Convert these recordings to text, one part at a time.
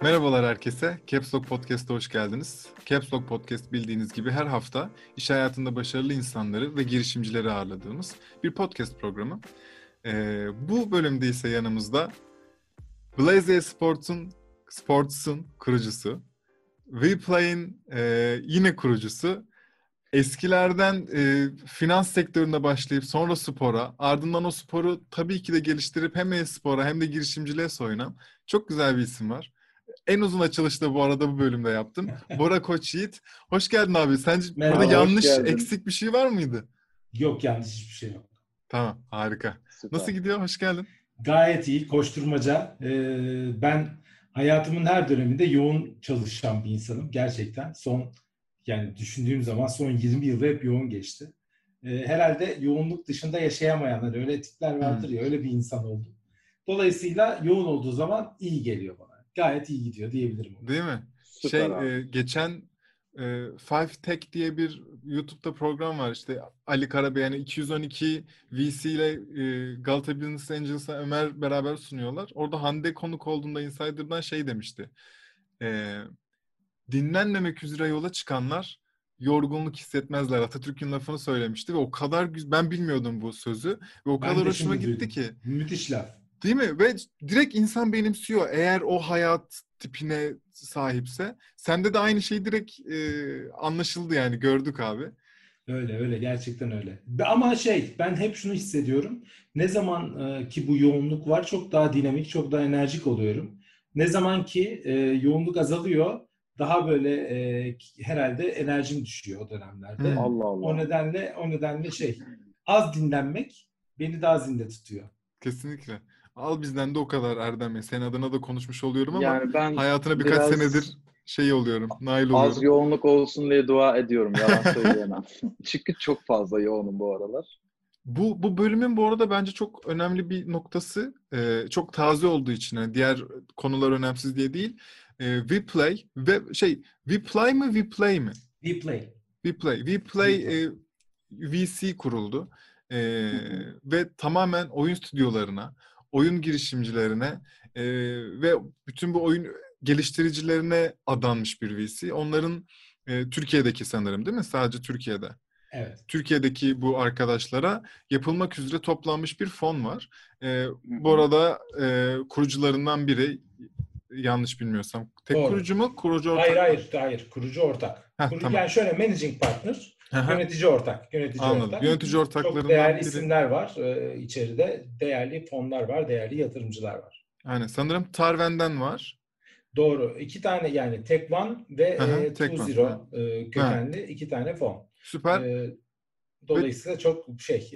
Merhabalar herkese. Caps Lock Podcast'a hoş geldiniz. Caps Lock Podcast bildiğiniz gibi her hafta iş hayatında başarılı insanları ve girişimcileri ağırladığımız bir podcast programı. Bu bölümde ise yanımızda Blaze Sports'un kurucusu, WePlay'in yine kurucusu, eskilerden finans sektöründe başlayıp sonra spora, ardından o sporu tabii ki de geliştirip hem e-spora hem de girişimciliğe soyunan çok güzel bir isim var. En uzun açılışı da bu arada bu bölümde yaptım. Bora Koçyiğit. Hoş geldin abi. Sence burada Merhaba, yanlış, eksik bir şey var mıydı? Yok, yanlış hiçbir şey yok. Tamam, harika. Süper. Nasıl gidiyor? Hoş geldin. Gayet iyi, koşturmaca. Ben hayatımın her döneminde yoğun çalışan bir insanım. Gerçekten yani düşündüğüm zaman son 20 yılda hep yoğun geçti. Herhalde yoğunluk dışında yaşayamayanlar, öyle tipler vardır ya, öyle bir insan oldum. Dolayısıyla yoğun olduğu zaman iyi geliyor bana. Gayet iyi gidiyor diyebilirim. Değil mi? Süper Geçen Five Tech diye bir YouTube'da program var. İşte Ali Karabey, 212 VC ile Galata Business Angels'a Ömer beraber sunuyorlar. Orada Hande konuk olduğunda Insider'dan şey demişti. Dinlenmemek üzere yola çıkanlar yorgunluk hissetmezler. Atatürk'ün lafını söylemişti ve o kadar güzel, ben bilmiyordum bu sözü ve o Ben kadar de hoşuma şimdi gitti duydum. ki. Müthiş laf. Değil mi? Ve direkt insan benimsiyor eğer o hayat tipine sahipse. Sende de aynı şey direkt anlaşıldı yani, gördük abi. Öyle gerçekten öyle. Ama ben hep şunu hissediyorum. Ne zaman ki bu yoğunluk var, çok daha dinamik, çok daha enerjik oluyorum. Ne zaman ki yoğunluk azalıyor, daha böyle herhalde enerjim düşüyor o dönemlerde. Allah Allah. O nedenle az dinlenmek beni daha zinde tutuyor. Kesinlikle. Al bizden de o kadar Erdem Bey. Senin adına da konuşmuş oluyorum ama Yani ben hayatına birkaç biraz senedir nail az oluyorum. yoğunluk olsun diye dua ediyorum. Yalan söyleyemem. Çünkü çok fazla yoğunum bu aralar. Bu bölümün bu arada bence çok önemli bir noktası, çok taze olduğu için, yani diğer konular önemsiz diye değil. WePlay ve WePlay mı WePlay mi? WePlay. WePlay VC kuruldu ve tamamen oyun stüdyolarına, oyun girişimcilerine ve bütün bu oyun geliştiricilerine adanmış bir VC. Onların Türkiye'deki sanırım, değil mi? Sadece Türkiye'de. Evet. Türkiye'deki bu arkadaşlara yapılmak üzere toplanmış bir fon var. Bu arada kurucularından biri, yanlış bilmiyorsam. Tek Doğru. kurucu mu? Kurucu ortak? Hayır. Kurucu ortak. Tamam. Yani şöyle, managing partner, yönetici ortak. Anladım. Yönetici Çok ortaklarından değerli biri. isimler var içeride. Değerli fonlar var, değerli yatırımcılar var. Aynen. Sanırım Tarven'den var. Doğru. 2 tane, yani Tech One ve Tech One. Zero kökenli 2 tane fon. Süper. Dolayısıyla çok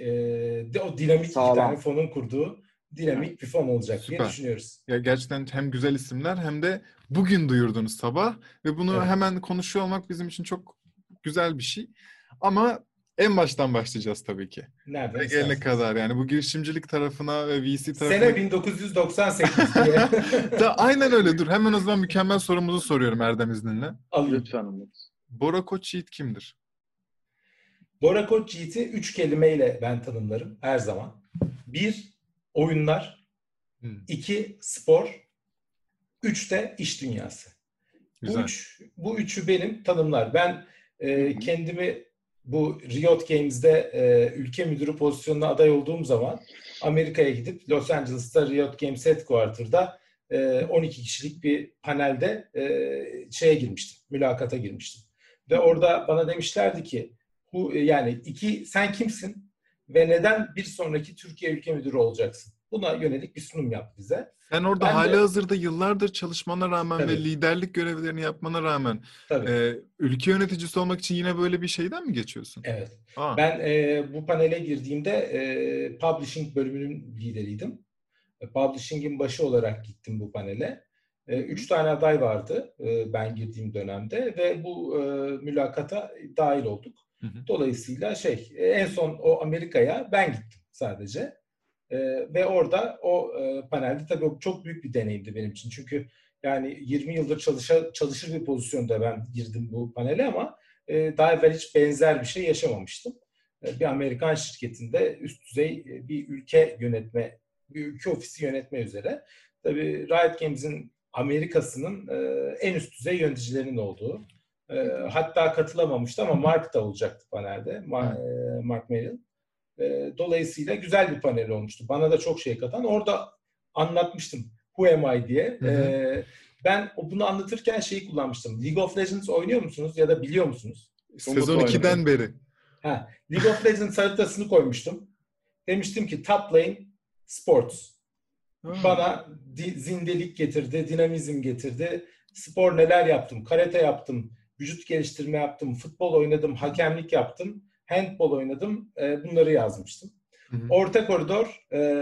o dinamik Sağlam. 2 tane fonun kurduğu dinamik bir fon olacak diye Süper. düşünüyoruz. Ya gerçekten hem güzel isimler hem de bugün duyurdunuz sabah ve bunu hemen konuşuyor olmak bizim için çok güzel bir şey. Ama en baştan başlayacağız tabii ki. Nereden Gelene kadar, yani bu girişimcilik tarafına ve VC tarafına. Sene 1998 diye. Aynen öyle. Dur, hemen o zaman mükemmel sorumuzu soruyorum Erdem izninle. Lütfen Umut. Bora Koçyiğit kimdir? Bora Koçyiğit'i 3 kelimeyle ben tanımlarım her zaman. 1. Oyunlar. 2. Spor. 3 de iş dünyası. Güzel. Bu üçü benim tanımlar. Ben kendimi bu Riot Games'de ülke müdürü pozisyonuna aday olduğum zaman Amerika'ya gidip Los Angeles'ta Riot Games Headquarter'da 12 kişilik bir panelde mülakata girmiştim. Ve orada bana demişlerdi ki sen kimsin ve neden bir sonraki Türkiye ülke müdürü olacaksın? Buna yönelik bir sunum yaptı bize. Sen orada halihazırda yıllardır çalışmana rağmen ve liderlik görevlerini yapmana rağmen ülke yöneticisi olmak için yine böyle bir şeyden mi geçiyorsun? Evet. Ben bu panele girdiğimde Publishing bölümünün lideriydim. Publishing'in başı olarak gittim bu panele. 3 tane aday vardı ben girdiğim dönemde ve bu mülakata dahil olduk. Dolayısıyla en son o Amerika'ya ben gittim sadece. Ve orada o panelde tabii çok büyük bir deneyimdi benim için. Çünkü yani 20 yıldır çalışır bir pozisyonda ben girdim bu panele ama daha evvel hiç benzer bir şey yaşamamıştım. Bir Amerikan şirketinde üst düzey bir ülke ofisi yönetme üzere. Tabii Riot Games'in Amerika'sının en üst düzey yöneticilerinin olduğu. Hatta katılamamıştı ama Mark da olacaktı panelde. Mark Merrill. Dolayısıyla güzel bir panel olmuştu. Bana da çok şey katan. Orada anlatmıştım Who Am I diye. Ben bunu anlatırken şeyi kullanmıştım. League of Legends oynuyor musunuz ya da biliyor musunuz? Sezon 2'den beri. League of Legends haritasını koymuştum. Demiştim ki top lane sports. Bana zindelik getirdi, dinamizm getirdi. Spor neler yaptım? Karate yaptım, vücut geliştirme yaptım, futbol oynadım, hakemlik yaptım, handbol oynadım. Bunları yazmıştım. Orta koridor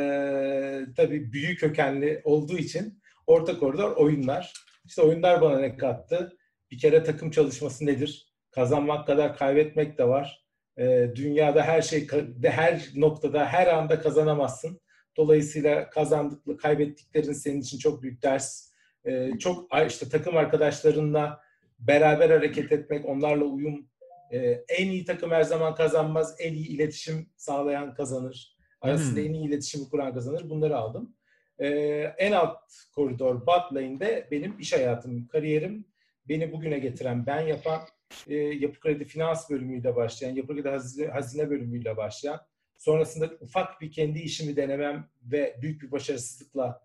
tabii büyük kökenli olduğu için orta koridor oyunlar. İşte oyunlar bana ne kattı? Bir kere takım çalışması nedir? Kazanmak kadar kaybetmek de var. Dünyada her noktada, her anda kazanamazsın. Dolayısıyla kaybettiklerin senin için çok büyük ders. Çok işte takım arkadaşlarınla beraber hareket etmek, onlarla uyum. En iyi takım her zaman kazanmaz. En iyi iletişim sağlayan kazanır. Arasında en iyi iletişimi kuran kazanır. Bunları aldım. En alt koridor bot lane'de benim iş hayatım, kariyerim, beni bugüne getiren, ben yapan, Yapı Kredi Finans bölümüyle başlayan, Yapı Kredi Hazine bölümüyle başlayan, sonrasında ufak bir kendi işimi denemem ve büyük bir başarısızlıkla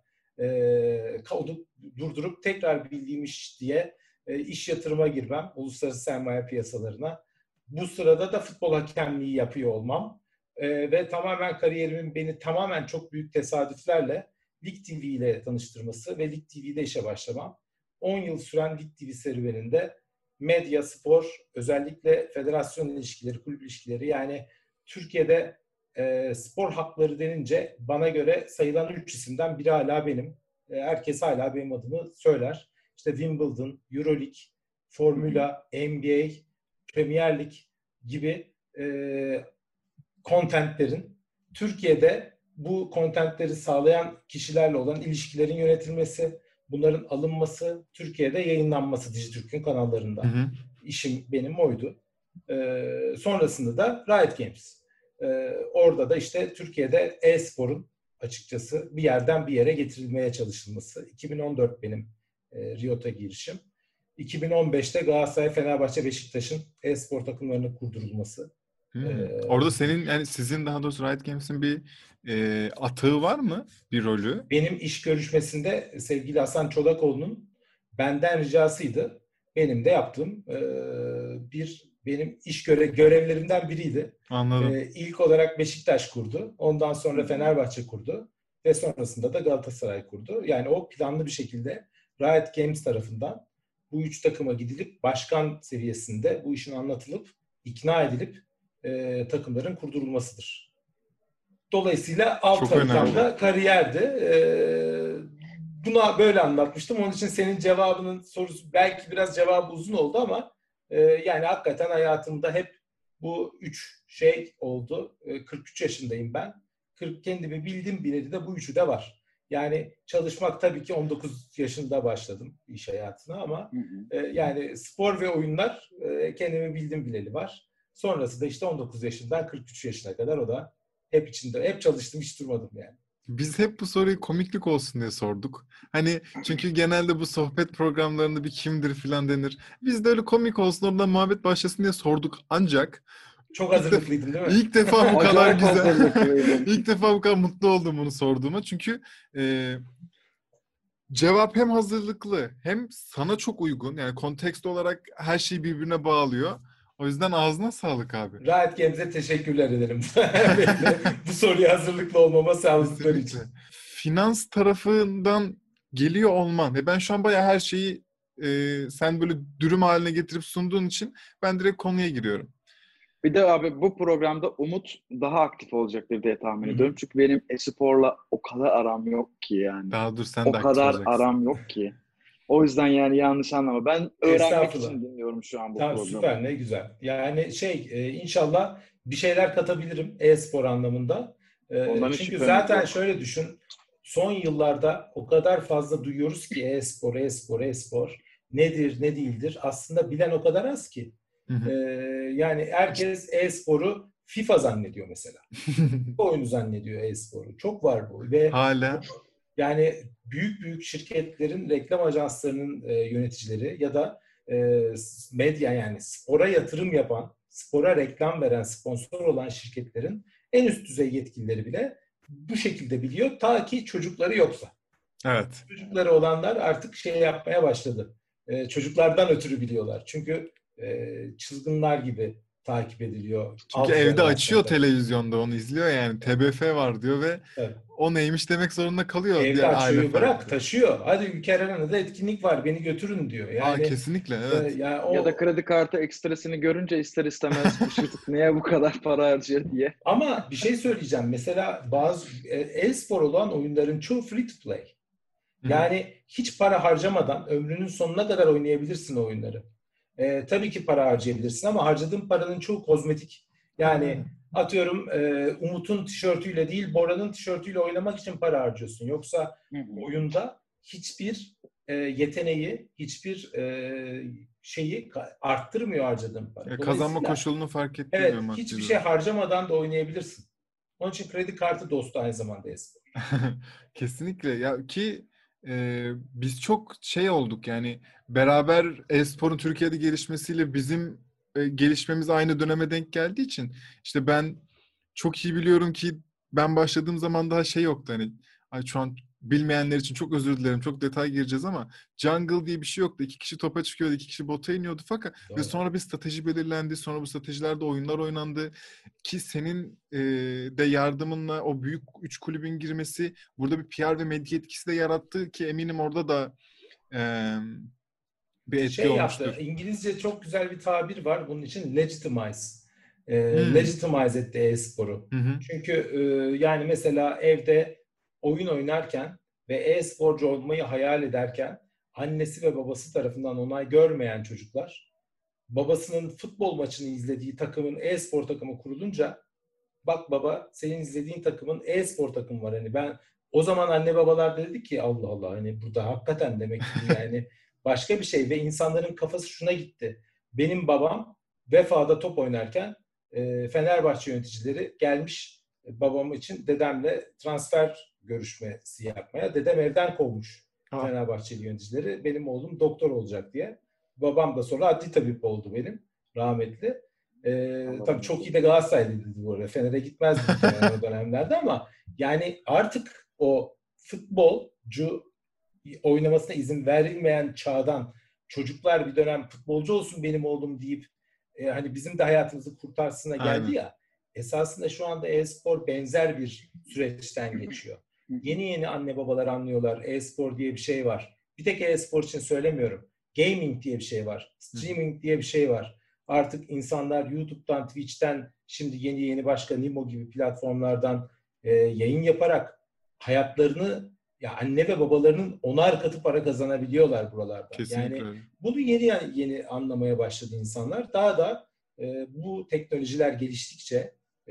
durdurup tekrar bildiğim iş diye iş yatırıma girmem, uluslararası sermaye piyasalarına. Bu sırada da futbol hakemliği yapıyor olmam ve tamamen kariyerimin beni tamamen çok büyük tesadüflerle Lig TV ile tanıştırması ve Lig TV'de işe başlamam. 10 yıl süren Lig TV serüveninde medya, spor, özellikle federasyon ilişkileri, kulüp ilişkileri, yani Türkiye'de spor hakları denince bana göre sayılan 3 isimden biri hala benim. Herkes hala benim adımı söyler. İşte Wimbledon, Euroleague, Formula, NBA, Premier Lig gibi kontentlerin Türkiye'de bu kontentleri sağlayan kişilerle olan ilişkilerin yönetilmesi, bunların alınması, Türkiye'de yayınlanması Dijitürk'ün kanallarında. İşim benim oydu. Sonrasında da Riot Games. Orada da işte Türkiye'de e-sporun açıkçası bir yerden bir yere getirilmeye çalışılması. 2014 benim Riot'a girişim. 2015'te Galatasaray, Fenerbahçe, Beşiktaş'ın e-spor takımlarının kurdurulması. Orada senin, yani sizin daha doğrusu Riot Games'in bir atığı var mı? Bir rolü? Benim iş görüşmesinde sevgili Hasan Çolakoğlu'nun benden ricasıydı. Benim de yaptığım benim iş görevlerimden biriydi. Anladım. İlk olarak Beşiktaş kurdu. Ondan sonra Fenerbahçe kurdu. Ve sonrasında da Galatasaray kurdu. Yani o planlı bir şekilde Riot Games tarafından bu 3 takıma gidilip başkan seviyesinde bu işin anlatılıp, ikna edilip takımların kurdurulmasıdır. Dolayısıyla alt haritamda kariyerdi. Buna böyle anlatmıştım. Onun için senin cevabının sorusu belki biraz cevabı uzun oldu ama yani hakikaten hayatımda hep bu 3 şey oldu. 43 yaşındayım ben. Kendimi bildim bileli de bu üçü de var. Yani çalışmak tabii ki 19 yaşında başladım iş hayatına ama yani spor ve oyunlar kendimi bildim bileli var. Sonrası da işte 19 yaşından 43 yaşına kadar o da hep içinde. Hep çalıştım, hiç durmadım yani. Biz hep bu soruyu komiklik olsun diye sorduk. Hani çünkü genelde bu sohbet programlarında bir kimdir falan denir. Biz de öyle komik olsun, oradan muhabbet başlasın diye sorduk. Ancak çok hazırlıklıydın değil mi? İlk defa bu kadar güzel. Acayip İlk defa bu kadar mutlu oldum bunu sorduğuma. Çünkü cevap hem hazırlıklı hem sana çok uygun. Yani kontekst olarak her şeyi birbirine bağlıyor. O yüzden ağzına sağlık abi. Riot Games'e teşekkürler ederim. Bu soruya hazırlıklı olmama sağladıkları için. Finans tarafından geliyor olman. Ve ben şu an bayağı her şeyi sen böyle dürüm haline getirip sunduğun için ben direkt konuya giriyorum. Bir de abi bu programda Umut daha aktif olacaktır diye tahmin ediyorum. Çünkü benim e-sporla o kadar aram yok ki yani. Daha dur, sen o de kadar aktif olacaksın. aram yok ki. O yüzden yani yanlış anlama. Ben öğrenmek için dinliyorum şu an bu programı. Süper, ne güzel. Yani inşallah bir şeyler katabilirim e-spor anlamında. Çünkü zaten şöyle düşün. Son yıllarda o kadar fazla duyuyoruz ki e-spor nedir, ne değildir. Aslında bilen o kadar az ki. Yani herkes e-sporu FIFA zannediyor mesela. FIFA oyunu zannediyor e-sporu. Çok var bu. Ve hala. Yani büyük büyük şirketlerin reklam ajanslarının yöneticileri ya da medya, yani spora yatırım yapan, spora reklam veren, sponsor olan şirketlerin en üst düzey yetkilileri bile bu şekilde biliyor. Ta ki çocukları yoksa. Evet. Çocukları olanlar artık şey yapmaya başladı. Çocuklardan ötürü biliyorlar. Çünkü çılgınlar gibi takip ediliyor. Çünkü Alt evde açıyor jenerasyonda. televizyonda, onu izliyor yani. TBF var diyor ve Evet. o neymiş demek zorunda kalıyor Evde diğer aile açıyor, bırak fertleri. taşıyor. Hadi Ülker etkinlik var, beni götürün diyor. Aa, Yani kesinlikle evet. ya Ya da o, kredi kartı ekstresini görünce ister istemez bu çocuk niye bu kadar para harcıyor diye. ama bir şey söyleyeceğim. Mesela bazı e-spor olan oyunların çoğu free to play. Hı-hı. Yani hiç para harcamadan ömrünün sonuna kadar oynayabilirsin o oyunları. Tabii ki para harcayabilirsin ama harcadığın paranın çoğu kozmetik. Yani atıyorum Umut'un tişörtüyle değil Bora'nın tişörtüyle oynamak için para harcıyorsun. Yoksa oyunda hiçbir yeteneği, hiçbir şeyi arttırmıyor harcadığın para. Kazanma Dolayısıyla koşulunu fark ettirmiyor evet, maddi hiçbir şey durum. harcamadan da oynayabilirsin. Onun için kredi kartı dostu aynı zamanda espor. Kesinlikle ya ki biz çok şey olduk yani, beraber e-sporun Türkiye'de gelişmesiyle bizim gelişmemiz aynı döneme denk geldiği için işte ben çok iyi biliyorum ki ben başladığım zaman daha şey yoktu, hani şu an bilmeyenler için çok özür dilerim, çok detay gireceğiz ama jungle diye bir şey yoktu. 2 kişi topa çıkıyordu, 2 kişi bota iniyordu fakat ve Doğru. sonra bir strateji belirlendi, sonra bu stratejilerde oyunlar oynandı ki senin de yardımınla o büyük 3 kulübün girmesi burada bir PR ve medya etkisi de yarattı ki eminim orada da e, bir etki Şey yaptı, olmuştur. İngilizce çok güzel bir tabir var bunun için, legitimize. Hmm. Legitimize etti e-sporu. Hı hı. Çünkü yani mesela evde oyun oynarken ve e-sporcu olmayı hayal ederken annesi ve babası tarafından onay görmeyen çocuklar, babasının futbol maçını izlediği takımın e-spor takımı kurulunca, bak baba senin izlediğin takımın e-spor takımı var. Hani ben o zaman anne babalar dedi ki Allah Allah, hani burada hakikaten demek ki bu yani başka bir şey ve insanların kafası şuna gitti. Benim babam Vefa'da top oynarken Fenerbahçe yöneticileri gelmiş babam için dedemle transfer görüşmesi yapmaya. Dedem evden kovmuş Ah, Fenerbahçeli yöneticileri. Benim oğlum doktor olacak diye. Babam da sonra adli tabip oldu benim, rahmetli. Tabii çok iyi de Galatasaraylıydı bu arada. Fener'e gitmezdi muhtemelen o dönemlerde ama yani artık o futbolcu oynamasına izin verilmeyen çağdan çocuklar bir dönem futbolcu olsun benim oğlum deyip hani bizim de hayatımızı kurtarsına geldi aynen. ya, esasında şu anda e-spor benzer bir süreçten geçiyor. Yeni yeni anne babalar anlıyorlar. E-spor diye bir şey var. Bir tek e-spor için söylemiyorum. Gaming diye bir şey var. Streaming diye bir şey var. Artık insanlar YouTube'dan, Twitch'ten, şimdi yeni yeni başka Nimo gibi platformlardan yayın yaparak hayatlarını, ya anne ve babalarının 10'ar katı para kazanabiliyorlar buralarda. Kesinlikle Yani öyle. bunu yeni yeni anlamaya başladı insanlar. Daha da bu teknolojiler geliştikçe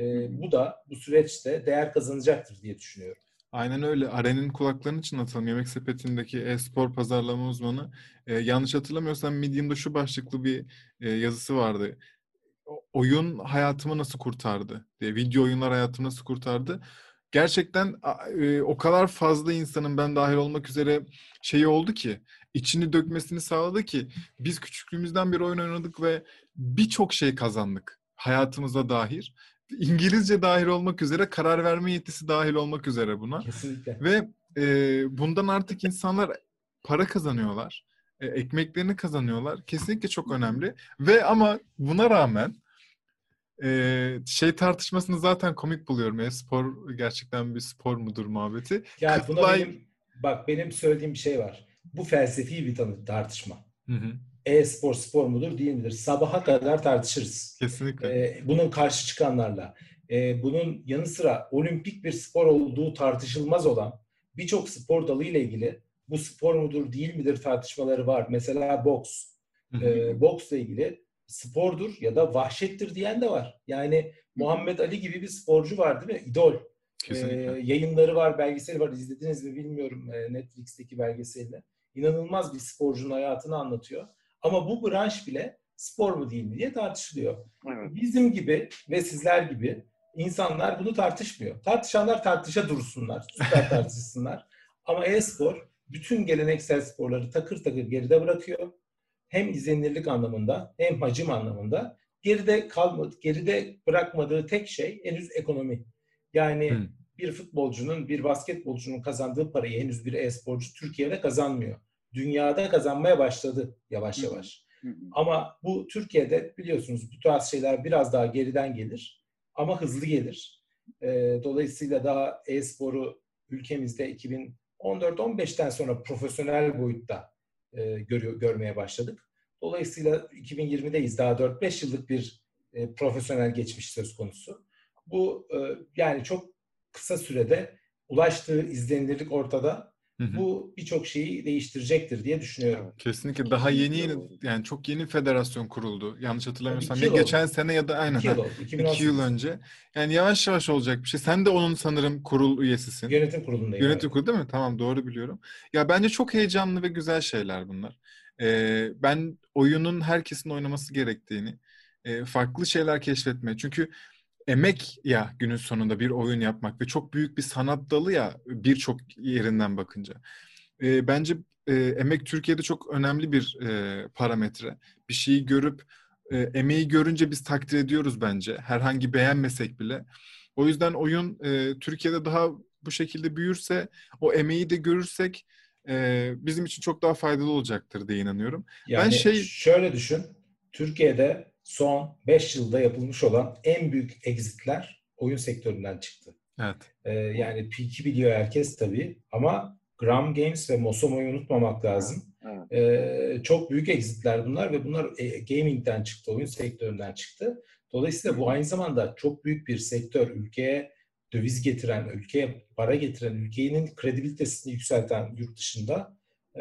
bu süreçte değer kazanacaktır diye düşünüyorum. Aynen öyle. Aren'in kulaklarını çınlatalım. Yemek Sepeti'ndeki e-spor pazarlama uzmanı. Yanlış hatırlamıyorsam Medium'da şu başlıklı bir yazısı vardı. Oyun hayatımı nasıl kurtardı diye. Video oyunlar hayatımı nasıl kurtardı. Gerçekten o kadar fazla insanın, ben dahil olmak üzere, şeyi oldu ki, içini dökmesini sağladı ki biz küçüklüğümüzden beri oyun oynadık ve birçok şey kazandık hayatımıza dair. İngilizce dahil olmak üzere, karar verme yetisi dahil olmak üzere buna. Kesinlikle. Ve bundan artık insanlar para kazanıyorlar. Ekmeklerini kazanıyorlar. Kesinlikle çok önemli. Ve ama buna rağmen şey tartışmasını zaten komik buluyorum. E-spor gerçekten bir spor mudur muhabbeti. Ya buna Kızılay... benim söylediğim bir şey var. Bu felsefi bir tartışma. Hı hı, E-spor spor mudur değil midir? Sabaha kadar tartışırız. kesinlikle. Bunun karşı çıkanlarla. Bunun yanı sıra olimpik bir spor olduğu tartışılmaz olan birçok spor dalı ile ilgili bu spor mudur değil midir tartışmaları var. Mesela boks. Hı hı, Boksla ilgili spordur ya da vahşettir diyen de var. Yani Muhammed Ali gibi bir sporcu var değil mi? İdol. kesinlikle. Yayınları var, belgeseli var. İzlediniz mi bilmiyorum Netflix'teki belgeselini. İnanılmaz bir sporcunun hayatını anlatıyor. Ama bu branş bile spor mu değil mi diye tartışılıyor. Evet. Bizim gibi ve sizler gibi insanlar bunu tartışmıyor. Tartışanlar tartışa dursunlar, süper tartışsınlar. Ama e-spor bütün geleneksel sporları takır takır geride bırakıyor. Hem izlenirlik anlamında hem hacim anlamında geride bırakmadığı tek şey henüz ekonomi. Yani bir futbolcunun, bir basketbolcunun kazandığı parayı henüz bir e-sporcu Türkiye'de kazanmıyor. Dünyada kazanmaya başladı yavaş yavaş. Ama bu Türkiye'de biliyorsunuz bu tarz şeyler biraz daha geriden gelir ama hızlı gelir. Dolayısıyla daha e-sporu ülkemizde 2014-15'ten sonra profesyonel boyutta görmeye başladık. Dolayısıyla 2020'deyiz. Daha 4-5 yıllık bir profesyonel geçmiş söz konusu. Bu yani çok kısa sürede ulaştığı izlenirlik ortada. Bu birçok şeyi değiştirecektir diye düşünüyorum. Kesinlikle daha yeni yani çok yeni federasyon kuruldu. Yanlış hatırlamıyorsam. Ya oldu. geçen sene ya da aynen 2 yıl oldu. 2 yıl önce. Yani yavaş yavaş olacak bir şey. Sen de onun sanırım kurul üyesisin. Yönetim kurulundayım. Yönetim kurulu değil mi? Tamam, doğru biliyorum. Ya bence çok heyecanlı ve güzel şeyler bunlar. Ben oyunun herkesin oynaması gerektiğini, farklı şeyler keşfetmeye. Çünkü emek ya günün sonunda bir oyun yapmak ve çok büyük bir sanat dalı ya birçok yerinden bakınca. Bence emek Türkiye'de çok önemli bir parametre. Bir şeyi görüp emeği görünce biz takdir ediyoruz bence. Herhangi beğenmesek bile. O yüzden oyun Türkiye'de daha bu şekilde büyürse, o emeği de görürsek bizim için çok daha faydalı olacaktır diye inanıyorum. Yani şöyle düşün. Türkiye'de son 5 yılda yapılmış olan en büyük exitler oyun sektöründen çıktı. Evet. Yani Peak'i biliyor herkes tabii ama Gram Games ve Mosomo'yu unutmamak lazım. Evet. Çok büyük exitler bunlar ve bunlar gaming'den çıktı, oyun sektöründen çıktı. Dolayısıyla bu aynı zamanda çok büyük bir sektör. Ülkeye döviz getiren, ülkeye para getiren, ülkenin kredibilitesini yükselten yurt dışında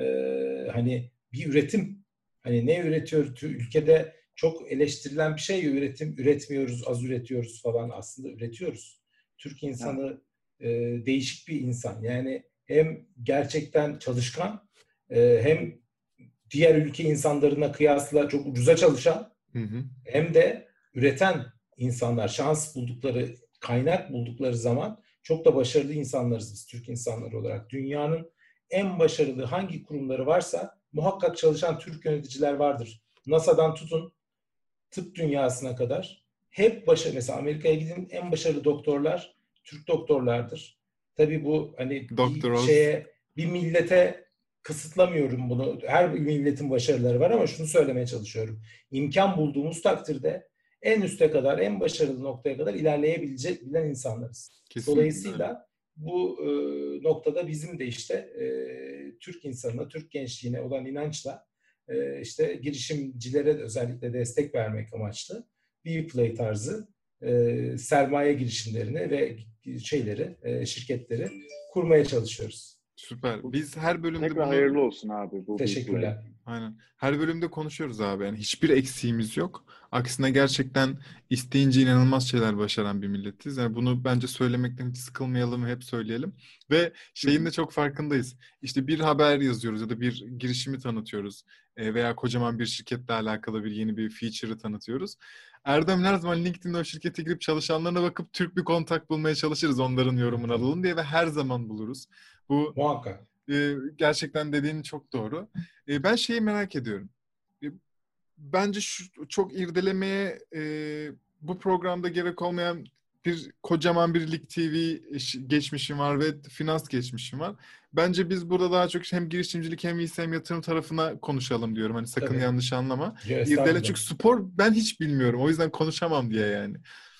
hani bir üretim. Hani ne üretiyor? Ülkede çok eleştirilen bir şey üretmiyoruz, az üretiyoruz falan. Aslında üretiyoruz. Türk insanı değişik bir insan. Yani hem gerçekten çalışkan hem diğer ülke insanlarına kıyasla çok ucuza çalışan hem de üreten insanlar, şans buldukları, kaynak buldukları zaman çok da başarılı insanlarız biz Türk insanları olarak. Dünyanın en başarılı hangi kurumları varsa muhakkak çalışan Türk yöneticiler vardır. NASA'dan tutun tıp dünyasına kadar hep mesela Amerika'ya gidin en başarılı doktorlar Türk doktorlardır. Tabii bu hani bir millete kısıtlamıyorum bunu. Her milletin başarıları var ama şunu söylemeye çalışıyorum. İmkan bulduğumuz takdirde en üste kadar, en başarılı noktaya kadar ilerleyebilen insanlarız. Kesinlikle. Dolayısıyla bu noktada bizim de işte Türk insanına, Türk gençliğine olan inançla işte girişimcilere özellikle destek vermek amaçlı Vplay tarzı sermaye girişimlerini ve şirketleri kurmaya çalışıyoruz. Süper. Biz her bölümde tekrar hayırlı olsun abi. Teşekkürler. Aynen. Her bölümde konuşuyoruz abi. Yani hiçbir eksiğimiz yok. Aksine gerçekten isteyince inanılmaz şeyler başaran bir milletiz. Yani bunu bence söylemekten hiç sıkılmayalım ve hep söyleyelim. Ve şeyin de çok farkındayız. İşte bir haber yazıyoruz ya da bir girişimi tanıtıyoruz. Veya kocaman bir şirketle alakalı yeni bir feature'ı tanıtıyoruz. Erdem her zaman LinkedIn'de o şirkete girip çalışanlarına bakıp Türk bir kontak bulmaya çalışırız. Onların yorumunu alalım diye ve her zaman buluruz. Bu muhakkak. Gerçekten dediğin çok doğru. Ben şeyi merak ediyorum. Bence çok irdelemeye bu programda gerek olmayan kocaman bir Lig TV geçmişim var ve finans geçmişim var. Bence biz burada daha çok hem girişimcilik hem VC hem yatırım tarafına konuşalım diyorum. Hani sakın yanlış anlama. İrdele çünkü spor ben hiç bilmiyorum. O yüzden konuşamam diye yani.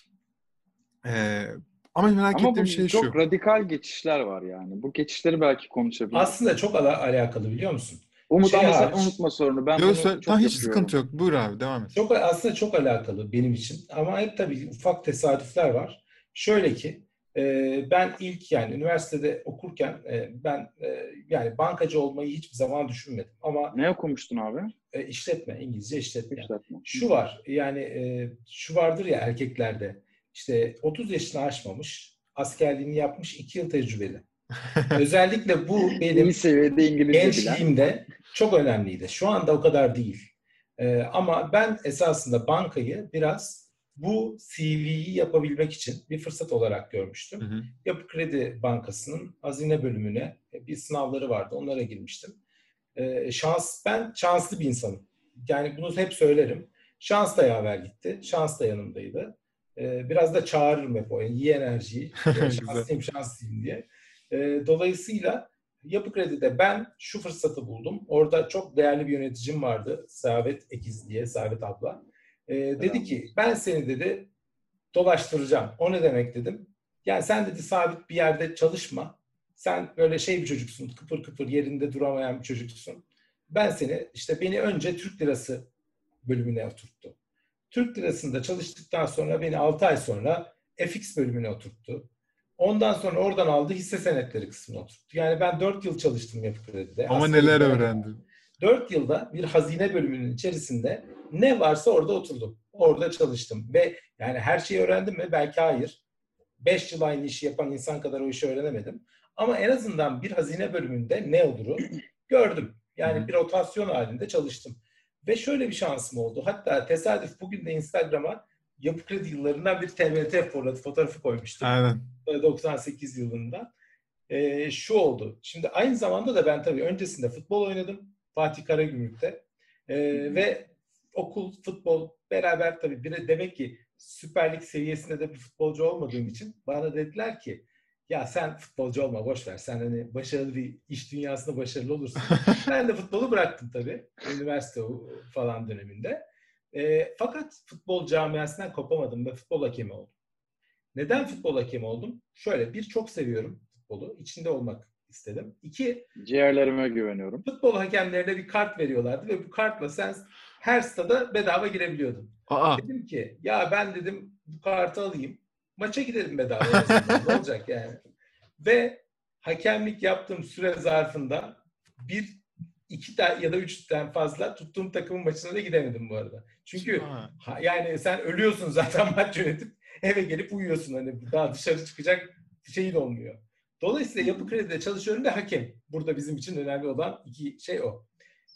Ama merak ettiğim şey şu. Ama çok radikal geçişler var yani. Bu geçişleri belki konuşabiliriz. Aslında çok alakalı biliyor musun? Umut ama sen unutma sorunu. Ben bunu çok yapıyorum. Hiç sıkıntı yok. Buyur abi devam et. Aslında çok alakalı benim için. Ama hep tabii ufak tesadüfler var. Şöyle ki ben ilk yani üniversitede okurken ben yani bankacı olmayı hiçbir zaman düşünmedim. Ama ne okumuştun abi? İşletme, İngilizce işletme. Şu var yani şu vardır ya erkeklerde işte 30 yaşını aşmamış, askerliğini yapmış 2 yıl tecrübeli. Özellikle bu benim gençliğimde çok önemliydi. Şu anda o kadar değil. Ama ben esasında bankayı biraz bu CV'yi yapabilmek için bir fırsat olarak görmüştüm. Yapı Kredi Bankası'nın hazine bölümüne bir sınavları vardı. Onlara girmiştim. Ben şanslı bir insanım. Yani bunu hep söylerim. Şans da yaver gitti. Şans da yanımdaydı. Biraz da çağırırım hep o. Yani iyi enerjiyi. Güzel. Şanslıyım diye. Dolayısıyla Yapı Kredi'de ben şu fırsatı buldum. Orada çok değerli bir yöneticim vardı. Servet Ekiz diye, Servet abla. Dedi ki ben seni dedi dolaştıracağım. O ne demek dedim. Yani sen dedi sabit bir yerde çalışma. Sen böyle şey bir çocuksun. Kıpır kıpır yerinde duramayan bir çocuksun. Ben seni işte beni önce Türk Lirası bölümüne oturttu. Türk Lirası'nda çalıştıktan sonra beni 6 ay sonra FX bölümüne oturttu. Ondan sonra oradan aldı hisse senetleri kısmına oturttu. Yani ben 4 yıl çalıştım Yapı Kredi'de. Ama Askeri neler bir dönem. öğrendin? 4 yılda bir hazine bölümünün içerisinde ne varsa orada oturdum. Orada çalıştım. Ve yani her şeyi öğrendim mi? Belki hayır. 5 yıl aynı işi yapan insan kadar o işi öğrenemedim. Ama en azından bir hazine bölümünde ne oluru gördüm. Yani bir rotasyon halinde çalıştım. Ve şöyle bir şansım oldu. Hatta tesadüf bugün de Instagram'a Yapı Kredi yıllarından bir TMT fotoğrafı koymuştum. Aynen. 98 yılında. Şu oldu. Şimdi aynı zamanda da ben tabii öncesinde futbol oynadım. Fatih Karagümrük'te. Ve okul, futbol beraber tabii demek ki Süper Lig seviyesinde de bir futbolcu olmadığım için bana dediler ki ya sen futbolcu olma boş ver. Sen hani başarılı bir iş dünyasında başarılı olursun. Ben de futbolu bıraktım tabii. Üniversite falan döneminde. Fakat futbol camiasından kopamadım ve futbol hakemi oldum. Neden futbol hakemi oldum? Şöyle, çok seviyorum futbolu. İçinde olmak istedim. 2, Ciğerlerime güveniyorum. futbol hakemlerine bir kart veriyorlardı ve bu kartla sen her stada bedava girebiliyordun. Aa. Dedim ki ya ben dedim bu kartı alayım. Maça gidelim bedava en azından. Ne olacak yani? Ve hakemlik yaptığım süre zarfında 2 ya da 3'ten fazla tuttuğum takımın maçına da gidemedim bu arada. Çünkü yani sen ölüyorsun zaten maç yönetip eve gelip uyuyorsun. Hani daha dışarı çıkacak şeyin olmuyor. Dolayısıyla Yapı Kredi'de çalışıyorum ve hakem. Burada bizim için önemli olan iki şey o.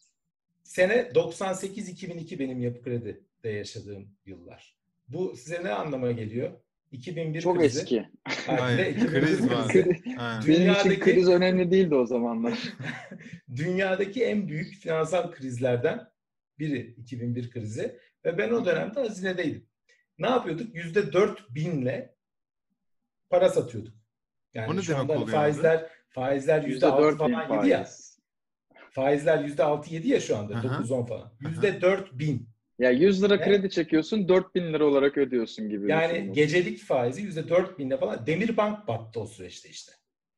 Sene 98-2002 benim Yapı Kredi'de yaşadığım yıllar. Bu size ne anlama geliyor? 2001 Çok krizi. eski. Ve 2001 kriz var. krizi. Benim için kriz önemli değildi o zamanlar. Dünyadaki en büyük finansal krizlerden biri 2001 krizi. Ve ben o dönemde hazinedeydim. Ne yapıyorduk? %4000'le para satıyorduk. Yani O ne şu demek anda oluyor faizler %6 falan yedi ya. Faizler %6-7 ya şu anda. 9-10 falan. %4000. Ya 100 lira kredi çekiyorsun, 4000 lira olarak ödüyorsun gibi. Yani gecelik faizi %4000'le falan. Demirbank battı o süreçte işte.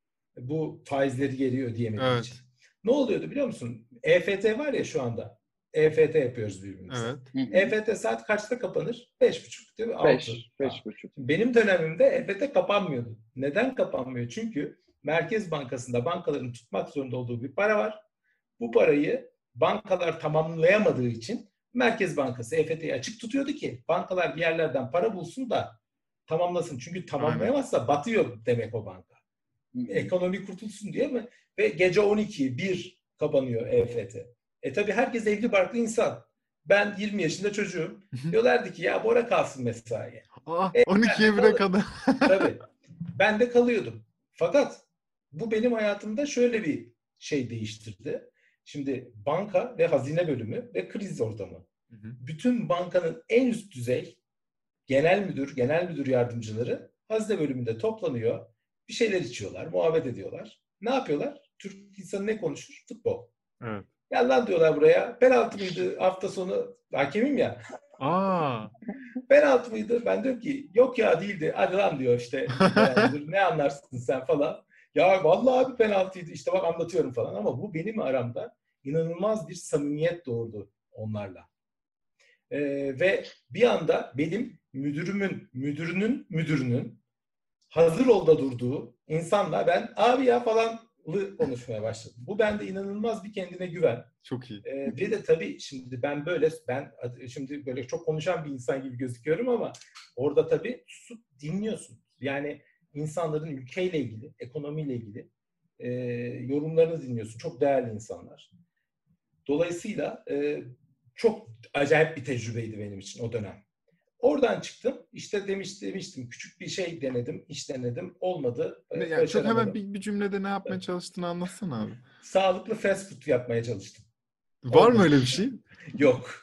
Bu faizleri geri ödeyemediği için. Ne oluyordu biliyor musun? EFT var ya şu anda. EFT yapıyoruz birbirimize. Evet. EFT saat kaçta kapanır? 5.30 değil mi? 6. 5.30. Benim dönemimde EFT kapanmıyordu. Neden kapanmıyor? Çünkü Merkez Bankası'nda bankaların tutmak zorunda olduğu bir para var. Bu parayı bankalar tamamlayamadığı için Merkez Bankası EFT'yi açık tutuyordu ki bankalar bir yerlerden para bulsun da tamamlasın. Çünkü tamamlayamazsa batıyor demek o banka. Ekonomi kurtulsun diye mi? Ve gece 12, 1 kapanıyor EFT. Tabii herkes evli barklı insan. Ben 20 yaşında çocuğum. Diyorlardı ki ya Bora kalsın mesaiye. 12'ye 1'e kadar. Tabii. Ben de kalıyordum. Fakat bu benim hayatımda şöyle bir şey değiştirdi. Şimdi banka ve hazine bölümü ve kriz ortamı. Bütün bankanın en üst düzey genel müdür yardımcıları hazine bölümünde toplanıyor. Bir şeyler içiyorlar, muhabbet ediyorlar. Ne yapıyorlar? Türk insanı ne konuşur? Futbol. Evet. Gel lan diyorlar buraya. Penaltı mıydı hafta sonu? Hakemim ya. Penaltı mıydı? Ben diyorum ki yok ya değildi. Hadi lan diyor işte. Ne anlarsın sen falan. Ya vallahi abi penaltıydı. İşte bak anlatıyorum falan. Ama bu benim aramda inanılmaz bir samimiyet doğurdu onlarla. Ve bir anda benim müdürünün hazır olda durduğu insanla ben abi ya falanlı konuşmaya başladım. Bu bende inanılmaz bir kendine güven. Çok iyi. Ve de tabii şimdi ben şimdi böyle çok konuşan bir insan gibi gözüküyorum ama orada tabii susup dinliyorsun. Yani insanların ülkeyle ilgili, ekonomiyle ilgili yorumlarını dinliyorsun. Çok değerli insanlar. Dolayısıyla çok acayip bir tecrübeydi benim için o dönem. Oradan çıktım. İşte demiştim küçük bir şey denedim, iş denedim. Olmadı. Yani çok hemen bir cümlede ne yapmaya çalıştığını anlatsana abi. Sağlıklı fast food yapmaya çalıştım. Var mı Olmadı. öyle bir şey? Yok.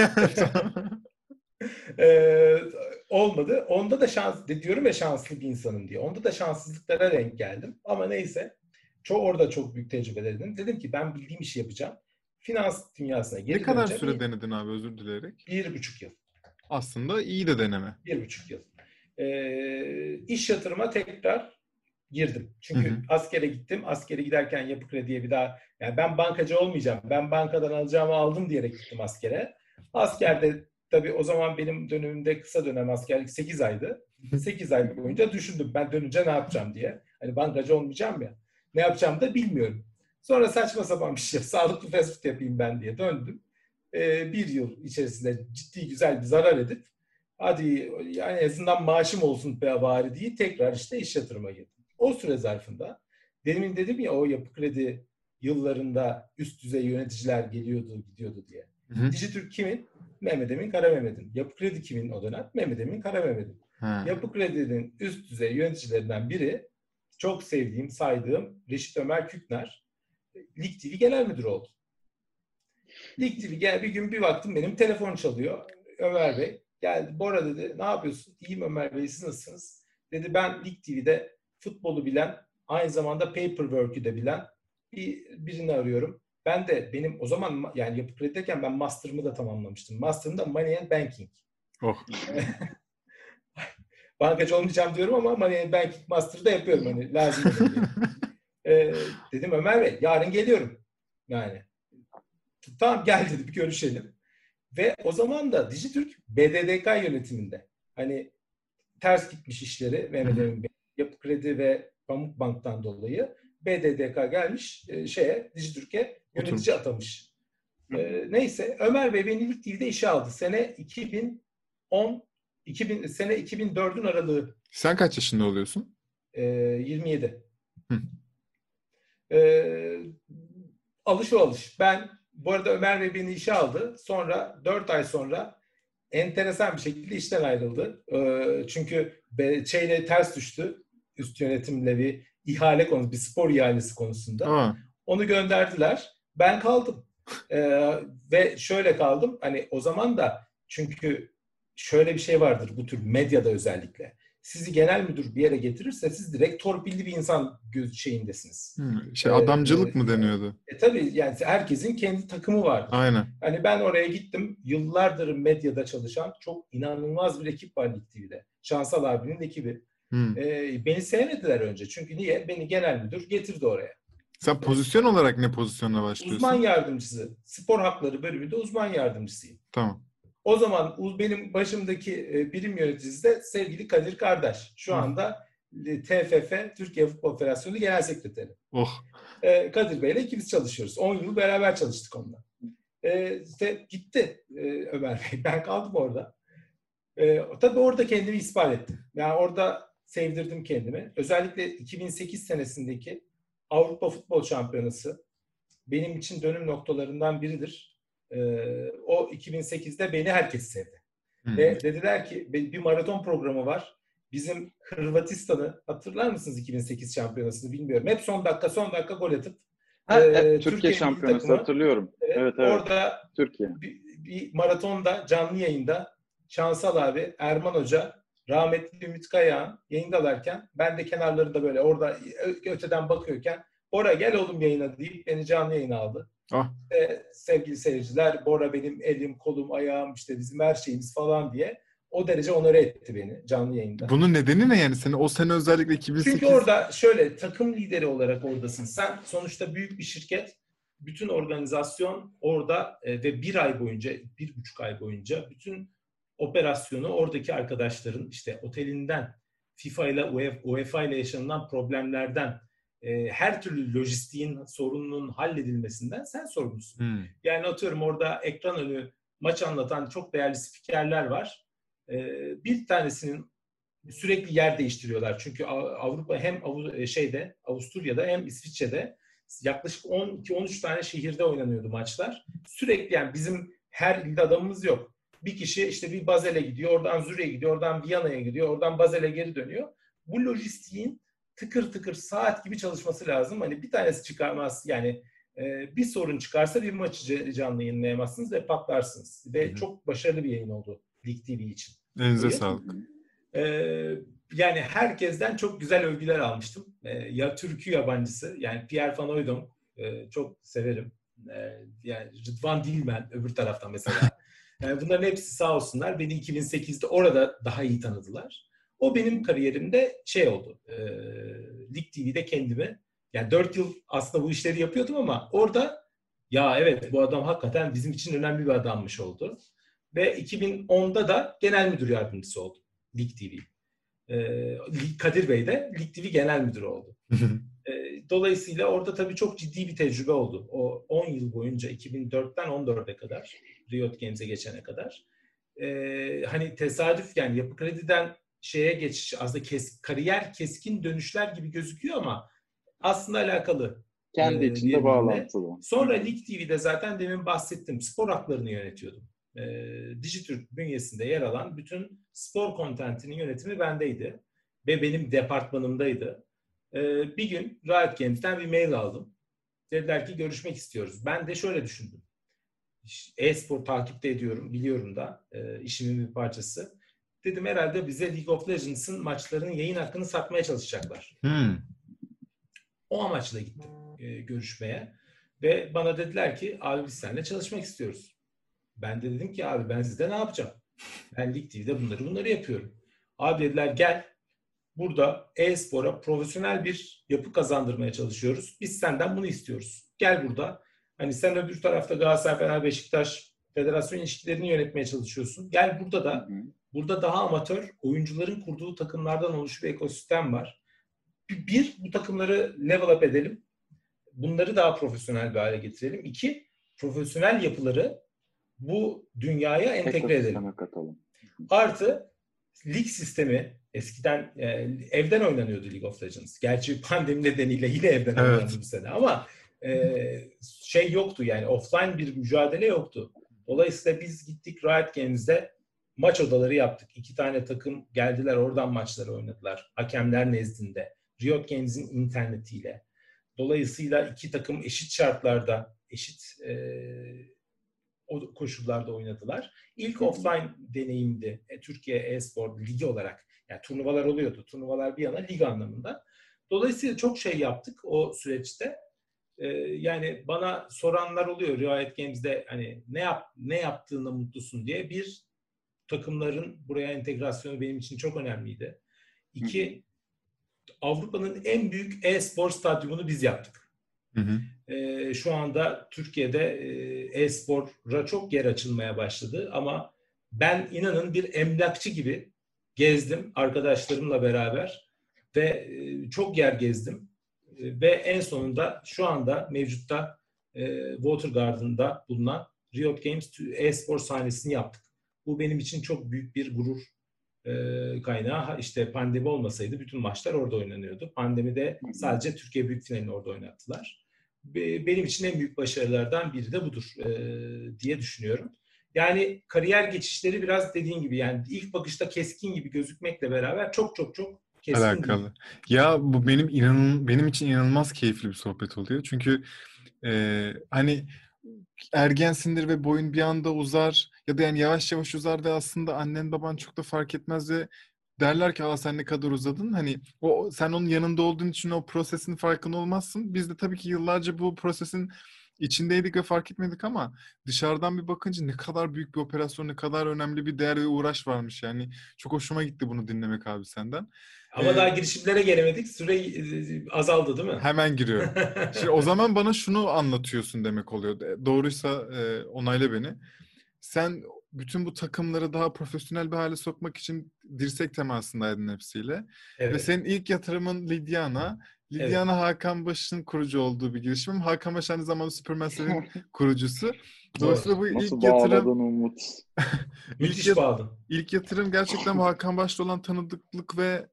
Olmadı. Onda da diyorum ya şanslı bir insanım diye. Onda da şanssızlıklara denk geldim. Ama neyse. Orada çok büyük tecrübeler edindim. Dedim ki ben bildiğim işi yapacağım. Finans dünyasına geri Ne kadar döneceğim. süre denedin abi, özür dileyerek? 1,5 yıl. Aslında iyi de deneme. 1,5 yıl. İş yatırıma tekrar girdim. Çünkü askere gittim. Askere giderken Yapı Kredi'ye bir daha, yani ben bankacı olmayacağım, ben bankadan alacağımı aldım diyerek gittim askere. Askerde tabii o zaman benim dönemimde kısa dönem askerlik 8 aydı. 8 ay boyunca düşündüm ben dönünce ne yapacağım diye. Hani bankacı olmayacağım ya. Ne yapacağımı da bilmiyorum. Sonra saçma sapan bir şey, sağlıklı fast food yapayım ben diye döndüm. 1 yıl içerisinde ciddi güzel bir zarar edip hadi yani en azından maaşım olsun be bari diye tekrar işte iş yatırıma girdim. O süre zarfında dedim ya o Yapı Kredi yıllarında üst düzey yöneticiler geliyordu gidiyordu diye. Dijitürk kimin? Mehmet Emin Kara Mehmet'in. Yapı Kredi kimin o dönem? Mehmet Emin Kara Mehmet'in. Yapı Kredi'nin üst düzey yöneticilerinden biri, çok sevdiğim, saydığım Reşit Ömer Kükner, Lig TV Genel Müdürü oldu. Lig TV bir gün bir baktım benim telefon çalıyor. Ömer Bey geldi. Bora dedi, ne yapıyorsun? İyiyim Ömer Bey, siz nasılsınız? Dedi, ben Lig TV'de futbolu bilen, aynı zamanda paperwork'ü de bilen birini arıyorum. Ben de benim o zaman yani Yapı Kredi'deyken ben master'ımı da tamamlamıştım. Master'ım da Money and Banking. Oh. Bankacı olmayacağım diyorum ama Money and Banking master'ı da yapıyorum. Hani lazım dedim Ömer Bey yarın geliyorum. Yani tamam gel dedi, bir görüşelim. Ve o zaman da Dijitürk BDDK yönetiminde. Hani ters gitmiş işleri Mehmet Emin Bey. Yapı Kredi ve Pamukbank'tan dolayı BDDK gelmiş Dijitürk'e yönetici atamış. Neyse Ömer Bey beni Lig TV'de işe aldı. Sene 2004'ün aralığı. Sen kaç yaşında oluyorsun? 27. Alış. Ben bu arada Ömer Bey beni işe aldı. Sonra 4 ay sonra enteresan bir şekilde işten ayrıldı. Çünkü ters düştü. Üst yönetimle bir ihale konusu, bir spor ihalesi konusunda. Onu gönderdiler. Ben kaldım. Ve şöyle kaldım. Hani o zaman da çünkü şöyle bir şey vardır bu tür medyada özellikle. Sizi genel müdür bir yere getirirse siz direkt torpilli bir insan şeyindesiniz. Adamcılık mı deniyordu? Tabii yani herkesin kendi takımı vardır. Aynen. Hani ben oraya gittim. Yıllardır medyada çalışan çok inanılmaz bir ekip var Lig TV'de. Şansal abinin ekibi. Beni sevmediler önce. Çünkü niye? Beni genel müdür getirdi oraya. Sen pozisyon olarak ne pozisyonla başlıyorsun? Uzman yardımcısı. Spor hakları bölümünde uzman yardımcısıyım. Tamam. O zaman benim başımdaki birim yöneticisi de sevgili Kadir Kardeş. Şu anda TFF, Türkiye Futbol Federasyonu Genel Sekreteri. Kadir Bey'le ikimiz çalışıyoruz. 10 yıl beraber çalıştık onunla. Gitti Ömer Bey. Ben kaldım orada. Tabii orada kendimi ispat ettim. Yani orada sevdirdim kendimi. Özellikle 2008 senesindeki Avrupa Futbol Şampiyonası benim için dönüm noktalarından biridir. O 2008'de beni herkes sevdi. Ve dediler ki bir maraton programı var. Bizim Hırvatistan'ı hatırlar mısınız 2008 şampiyonasını bilmiyorum. Hep son dakika gol atıp Türkiye şampiyonası hatırlıyorum. Evet. Orada Türkiye. Bir maratonda canlı yayında Şansal abi, Erman Hoca, rahmetli Ümit Kayağan yayındalarken ben de kenarlarında böyle orada öteden bakıyorken Bora gel oğlum yayına deyip beni canlı yayına aldı. Sevgili seyirciler, Bora benim elim, kolum, ayağım, işte bizim her şeyimiz falan diye o derece onore etti beni canlı yayında. Bunun nedeni ne yani? Seni o sene özellikle 2008... Çünkü orada şöyle takım lideri olarak oradasın. Sen sonuçta büyük bir şirket. Bütün organizasyon orada ve 1,5 ay boyunca bütün operasyonu oradaki arkadaşların işte otelinden, FIFA ile UEFA ile yaşanılan problemlerden, her türlü lojistiğin sorununun halledilmesinden sen sorumlusun. Yani atıyorum orada ekran önü maç anlatan çok değerli spikerler var. Bir tanesinin sürekli yer değiştiriyorlar. Çünkü Avrupa hem Avusturya'da hem İsviçre'de yaklaşık 12-13 tane şehirde oynanıyordu maçlar. Sürekli yani bizim her ilde adamımız yok. Bir kişi işte bir Basel'e gidiyor, oradan Zürich'e gidiyor, oradan Viyana'ya gidiyor, oradan Basel'e geri dönüyor. Bu lojistiğin tıkır tıkır saat gibi çalışması lazım. Hani bir tanesi çıkarmaz yani bir sorun çıkarsa bir maçı canlı yayınlayamazsınız ve patlarsınız. Ve çok başarılı bir yayın oldu Lig TV için. Elinize sağlık. Yani herkesten çok güzel övgüler almıştım. Ya Türk'ü yabancısı, yani Pierre Van Hooijdonk çok severim. Yani Rıdvan Dilmen öbür taraftan mesela. Bunların hepsi sağ olsunlar. Beni 2008'de orada daha iyi tanıdılar. O benim kariyerimde şey oldu. Lig TV'de kendimi, yani 4 yıl aslında bu işleri yapıyordum ama orada ya evet bu adam hakikaten bizim için önemli bir adammış oldu. Ve 2010'da da genel müdür yardımcısı oldum Lig TV. Kadir Bey de Lig TV genel müdürü oldu. Dolayısıyla orada tabii çok ciddi bir tecrübe oldu. O 10 yıl boyunca 2004'ten 14'e kadar, Riot Games'e geçene kadar. Hani tesadüf, yani Yapı Kredi'den şeye geçiş aslında kariyer keskin dönüşler gibi gözüküyor ama aslında alakalı. Kendi içinde bağlantılı. Sonra Lig TV'de zaten demin bahsettim. Spor haklarını yönetiyordum. Dijitürk bünyesinde yer alan bütün spor kontentinin yönetimi bendeydi. Ve benim departmanımdaydı. Bir gün Riot Games'ten bir mail aldım. Dediler ki görüşmek istiyoruz. Ben de şöyle düşündüm. E-spor takipte ediyorum, biliyorum da işimin bir parçası. Dedim herhalde bize League of Legends'ın maçlarının yayın hakkını satmaya çalışacaklar. O amaçla gittim görüşmeye. Ve bana dediler ki abi biz seninle çalışmak istiyoruz. Ben de dedim ki abi ben sizde ne yapacağım? Ben Lig TV'de bunları yapıyorum. Abi dediler gel. Burada e-spora profesyonel bir yapı kazandırmaya çalışıyoruz. Biz senden bunu istiyoruz. Gel burada. Hani sen öbür tarafta Galatasaray, Fener, Beşiktaş federasyon ilişkilerini yönetmeye çalışıyorsun. Gel burada da. Burada daha amatör oyuncuların kurduğu takımlardan oluşan bir ekosistem var. Bu takımları level up edelim. Bunları daha profesyonel bir hale getirelim. 2, profesyonel yapıları bu dünyaya entegre edelim. Katalım. Artı lig sistemi eskiden evden oynanıyordu League of Legends. Gerçi pandemi nedeniyle yine evden oynandı bu sene ama şey yoktu, yani offline bir mücadele yoktu. Dolayısıyla biz gittik Riot Games'de maç odaları yaptık. 2 tane takım geldiler, oradan maçları oynadılar. Hakemler nezdinde. Riot Games'in internetiyle. Dolayısıyla 2 takım eşit şartlarda, eşit o koşullarda oynadılar. İlk offline deneyimdi Türkiye e-spor ligi olarak. Yani turnuvalar oluyordu. Turnuvalar bir yana, lig anlamında. Dolayısıyla çok şey yaptık o süreçte. Yani bana soranlar oluyor Riot Games'de hani ne yaptığında mutlusun diye. Bir, takımların buraya entegrasyonu benim için çok önemliydi. 2, Avrupa'nın en büyük e-spor stadyumunu biz yaptık. Şu anda Türkiye'de e-spora çok yer açılmaya başladı ama ben inanın bir emlakçı gibi gezdim arkadaşlarımla beraber ve çok yer gezdim ve en sonunda şu anda mevcutta Water Garden'da bulunan Riot Games e-spor sahnesini yaptık. Bu benim için çok büyük bir gurur kaynağı. İşte pandemi olmasaydı bütün maçlar orada oynanıyordu. Pandemide sadece Türkiye Büyük Finali'ni orada oynattılar. Benim için en büyük başarılardan biri de budur diye düşünüyorum. Yani kariyer geçişleri biraz dediğin gibi, yani ilk bakışta keskin gibi gözükmekle beraber çok keskin alakalı. değil. Ya bu benim için inanılmaz keyifli bir sohbet oluyor. Çünkü hani ergensindir ve boyun bir anda uzar ya da yani yavaş yavaş uzar ve aslında annen baban çok da fark etmez ve derler ki aa sen ne kadar uzadın. Hani sen onun yanında olduğun için o prosesin farkında olmazsın. Biz de tabii ki yıllarca bu prosesin içindeydik ve fark etmedik ama dışarıdan bir bakınca ne kadar büyük bir operasyon, ne kadar önemli bir değer ve uğraş varmış. Yani çok hoşuma gitti bunu dinlemek abi senden. Ama daha girişimlere gelemedik. Süre azaldı değil mi? Hemen giriyorum. Şimdi o zaman bana şunu anlatıyorsun demek oluyor. Doğruysa onayla beni. Sen bütün bu takımları daha profesyonel bir hale sokmak için dirsek temasındaydın hepsiyle. Evet. Ve senin ilk yatırımın Lidiana. Lidiana evet. Hakan Baş'ın kurucu olduğu bir girişim. Hakan Baş aynı zamanda Supermassive'in kurucusu. Dolayısıyla bu nasıl ilk yatırım... Umut? Müthiş bağladın. İlk yatırım gerçekten bu Hakan Baş'la olan tanıdıklık ve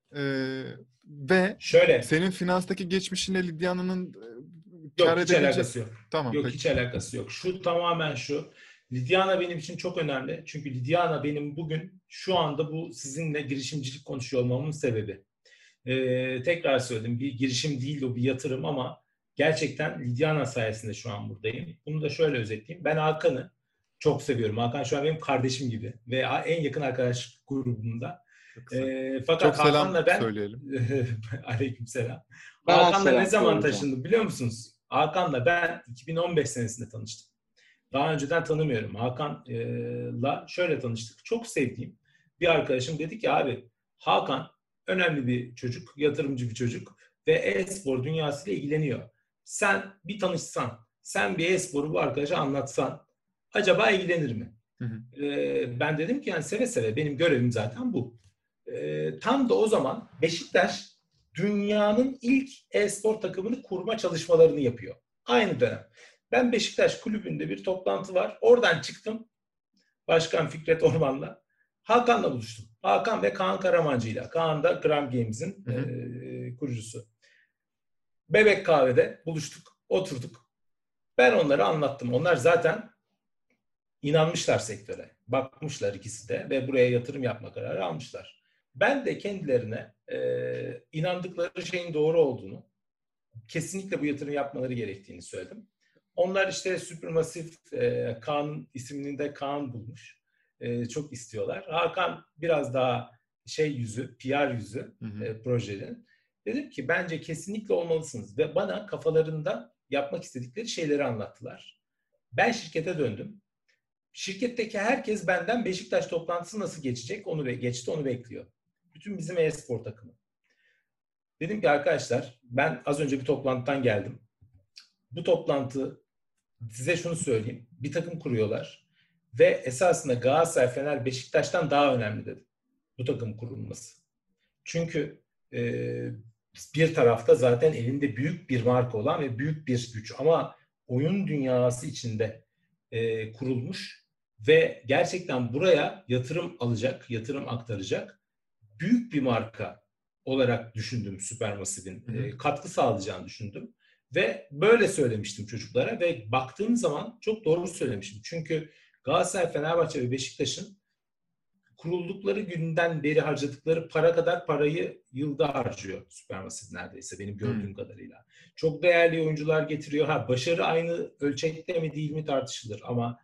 şöyle, senin finanstaki geçmişinle Lidiana'nın yok hiç alakası yok. Tamam, yok peki. hiç alakası yok. Tamamen şu. Lidiana benim için çok önemli. Çünkü Lidiana benim bugün şu anda bu sizinle girişimcilik konuşuyor olmamın sebebi. Tekrar söyledim, bir girişim değil o, bir yatırım, ama gerçekten Lidiana sayesinde şu an buradayım. Bunu da şöyle özetleyeyim. Ben Hakan'ı çok seviyorum. Hakan şu an benim kardeşim gibi ve en yakın arkadaş grubumda. Fakat Çok selam Hakan'la ben söyleyelim. aleykümselam. Ben Hakan'la ne selam zaman söyleyeceğim. taşındım biliyor musunuz? Hakan'la ben 2015 senesinde tanıştım. Daha önceden tanımıyorum. Hakan'la şöyle tanıştık. Çok sevdiğim bir arkadaşım dedi ki abi, Hakan önemli bir çocuk, yatırımcı bir çocuk ve e-spor dünyasıyla ilgileniyor. Sen bir tanışsan, sen bir e-sporu bu arkadaşa anlatsan acaba ilgilenir mi? Hı hı. Ben dedim ki yani seve seve, benim görevim zaten bu. Tam da o zaman Beşiktaş dünyanın ilk e-spor takımını kurma çalışmalarını yapıyor. Aynı dönem. Ben Beşiktaş kulübünde bir toplantı var. Oradan çıktım. Başkan Fikret Orman'la. Hakan'la buluştum. Hakan ve Kaan Karamancı'yla. Kaan da Gram Games'in kurucusu. Bebek Kahve'de buluştuk. Oturduk. Ben onlara anlattım. Onlar zaten inanmışlar sektöre. Bakmışlar ikisi de ve buraya yatırım yapma kararı almışlar. Ben de kendilerine inandıkları şeyin doğru olduğunu, kesinlikle bu yatırım yapmaları gerektiğini söyledim. Onlar işte Supermassive Kaan ismini de Kaan bulmuş. Çok istiyorlar. Hakan biraz daha yüzü, PR yüzü projenin. Dedim ki bence kesinlikle olmalısınız ve bana kafalarında yapmak istedikleri şeyleri anlattılar. Ben şirkete döndüm. Şirketteki herkes benden Beşiktaş toplantısı nasıl geçecek onu bekliyor. Bütün bizim e-spor takımı. Dedim ki arkadaşlar, ben az önce bir toplantıdan geldim. Bu toplantı, size şunu söyleyeyim. Bir takım kuruyorlar ve esasında Galatasaray, Fener, Beşiktaş'tan daha önemli dedim. Bu takım kurulması. Çünkü bir tarafta zaten elinde büyük bir marka olan ve büyük bir güç, ama oyun dünyası içinde kurulmuş ve gerçekten buraya yatırım alacak, yatırım aktaracak büyük bir marka olarak düşündüm Supermassive'in. Katkı sağlayacağını düşündüm. Ve böyle söylemiştim çocuklara ve baktığım zaman çok doğru söylemişim. Çünkü Galatasaray, Fenerbahçe ve Beşiktaş'ın kuruldukları günden beri harcadıkları para kadar parayı yılda harcıyor Supermassive neredeyse, benim gördüğüm kadarıyla. Çok değerli oyuncular getiriyor. Başarı aynı ölçekte mi değil mi tartışılır, ama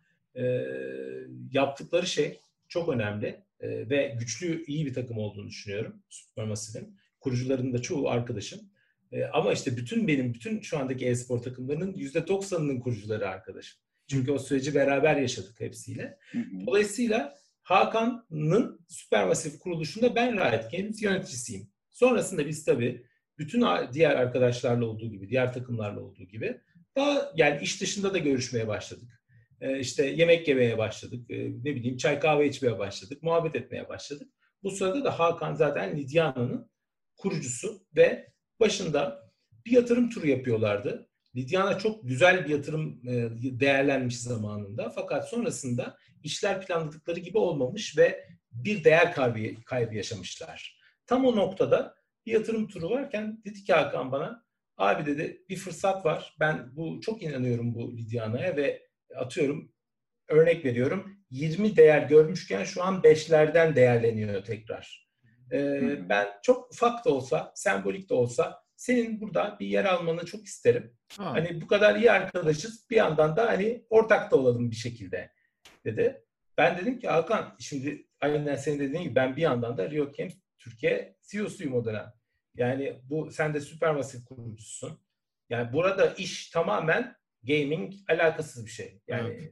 yaptıkları şey çok önemli ve güçlü, iyi bir takım olduğunu düşünüyorum Supermassive'in. Kurucularının da çoğu arkadaşım. Ama işte bütün şu andaki e-spor takımlarının %90'ının kurucuları arkadaşım. Çünkü o süreci beraber yaşadık hepsiyle. Dolayısıyla Hakan'ın Supermassive kuruluşunda ben Riot Games yöneticisiyim. Sonrasında biz tabii bütün diğer arkadaşlarla olduğu gibi, diğer takımlarla olduğu gibi daha yani iş dışında da görüşmeye başladık. İşte yemek yemeye başladık. Ne bileyim çay kahve içmeye başladık. Muhabbet etmeye başladık. Bu sırada da Hakan zaten Lidiana'nın kurucusu ve başında bir yatırım turu yapıyorlardı. Lidiana çok güzel bir yatırım değerlenmiş zamanında. Fakat sonrasında işler planladıkları gibi olmamış ve bir değer kaybı yaşamışlar. Tam o noktada bir yatırım turu varken dedi ki Hakan bana, abi dedi bir fırsat var. Ben çok inanıyorum bu Lidiana'ya ve atıyorum, örnek veriyorum, 20 değer görmüşken şu an 5'lerden değerleniyor tekrar. Ben çok ufak da olsa, sembolik de olsa senin burada bir yer almanı çok isterim. Hani bu kadar iyi arkadaşız, bir yandan da hani ortak da olalım bir şekilde dedi. Ben dedim ki Hakan, şimdi aynen senin dediğin gibi ben bir yandan da Riot Games Türkiye CEO'suyum o dönem. Yani sen de Supermassive kurucususun. Yani burada iş tamamen gaming alakasız bir şey. Yani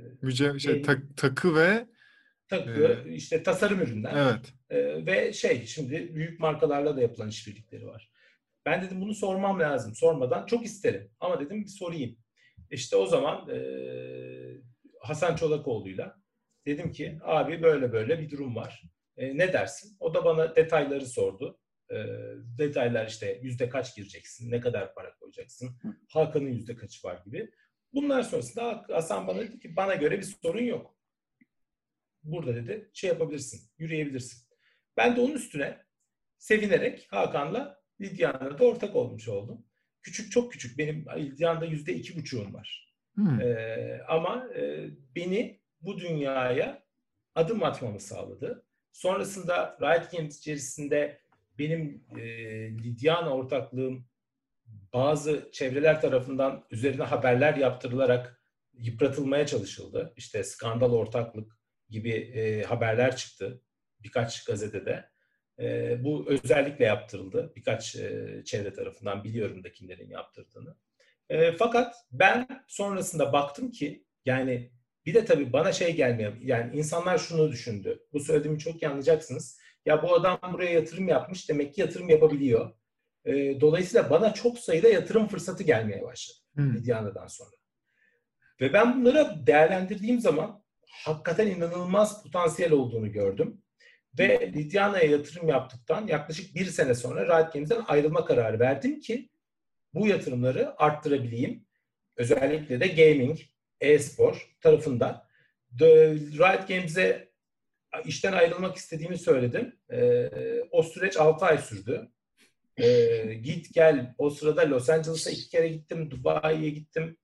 takı ve işte tasarım ürünler. Evet. Ve şimdi büyük markalarla da yapılan işbirlikleri var. Ben dedim bunu sormam lazım. Sormadan çok isterim. Ama dedim bir sorayım. İşte o zaman Hasan Çolakoğlu'yla dedim ki abi böyle böyle bir durum var. Ne dersin? O da bana detayları sordu. Detaylar işte yüzde kaç gireceksin, ne kadar para koyacaksın, Hakan'ın yüzde kaçı var gibi. Bunlar sonrasında Hasan bana dedi ki bana göre bir sorun yok. Burada dedi yapabilirsin, yürüyebilirsin. Ben de onun üstüne sevinerek Hakan'la Lidiana'da ortak olmuş oldum. Çok küçük. Benim Lidiana'da %2,5'um var. Ama beni bu dünyaya adım atmamı sağladı. Sonrasında Riot Games içerisinde benim Lidiana ortaklığım bazı çevreler tarafından üzerine haberler yaptırılarak yıpratılmaya çalışıldı. İşte skandal ortaklık gibi haberler çıktı birkaç gazetede. Bu özellikle yaptırıldı. Birkaç çevre tarafından biliyorum da kimlerin yaptırdığını. Fakat ben sonrasında baktım ki yani bir de tabii bana şey gelmiyor. Yani insanlar şunu düşündü. Bu söylediğimi çok iyi anlayacaksınız. Ya bu adam buraya yatırım yapmış. Demek ki yatırım yapabiliyor. Dolayısıyla bana çok sayıda yatırım fırsatı gelmeye başladı. Lidiana'dan sonra. Ve ben bunları değerlendirdiğim zaman hakikaten inanılmaz potansiyel olduğunu gördüm. Ve Lidiana'ya yatırım yaptıktan yaklaşık 1 sene sonra Riot Games'den ayrılma kararı verdim ki bu yatırımları arttırabileyim. Özellikle de gaming, e-spor tarafında. Riot Games'e işten ayrılmak istediğimi söyledim. O süreç 6 ay sürdü. Git gel. O sırada Los Angeles'a 2 kere gittim. Dubai'ye gittim.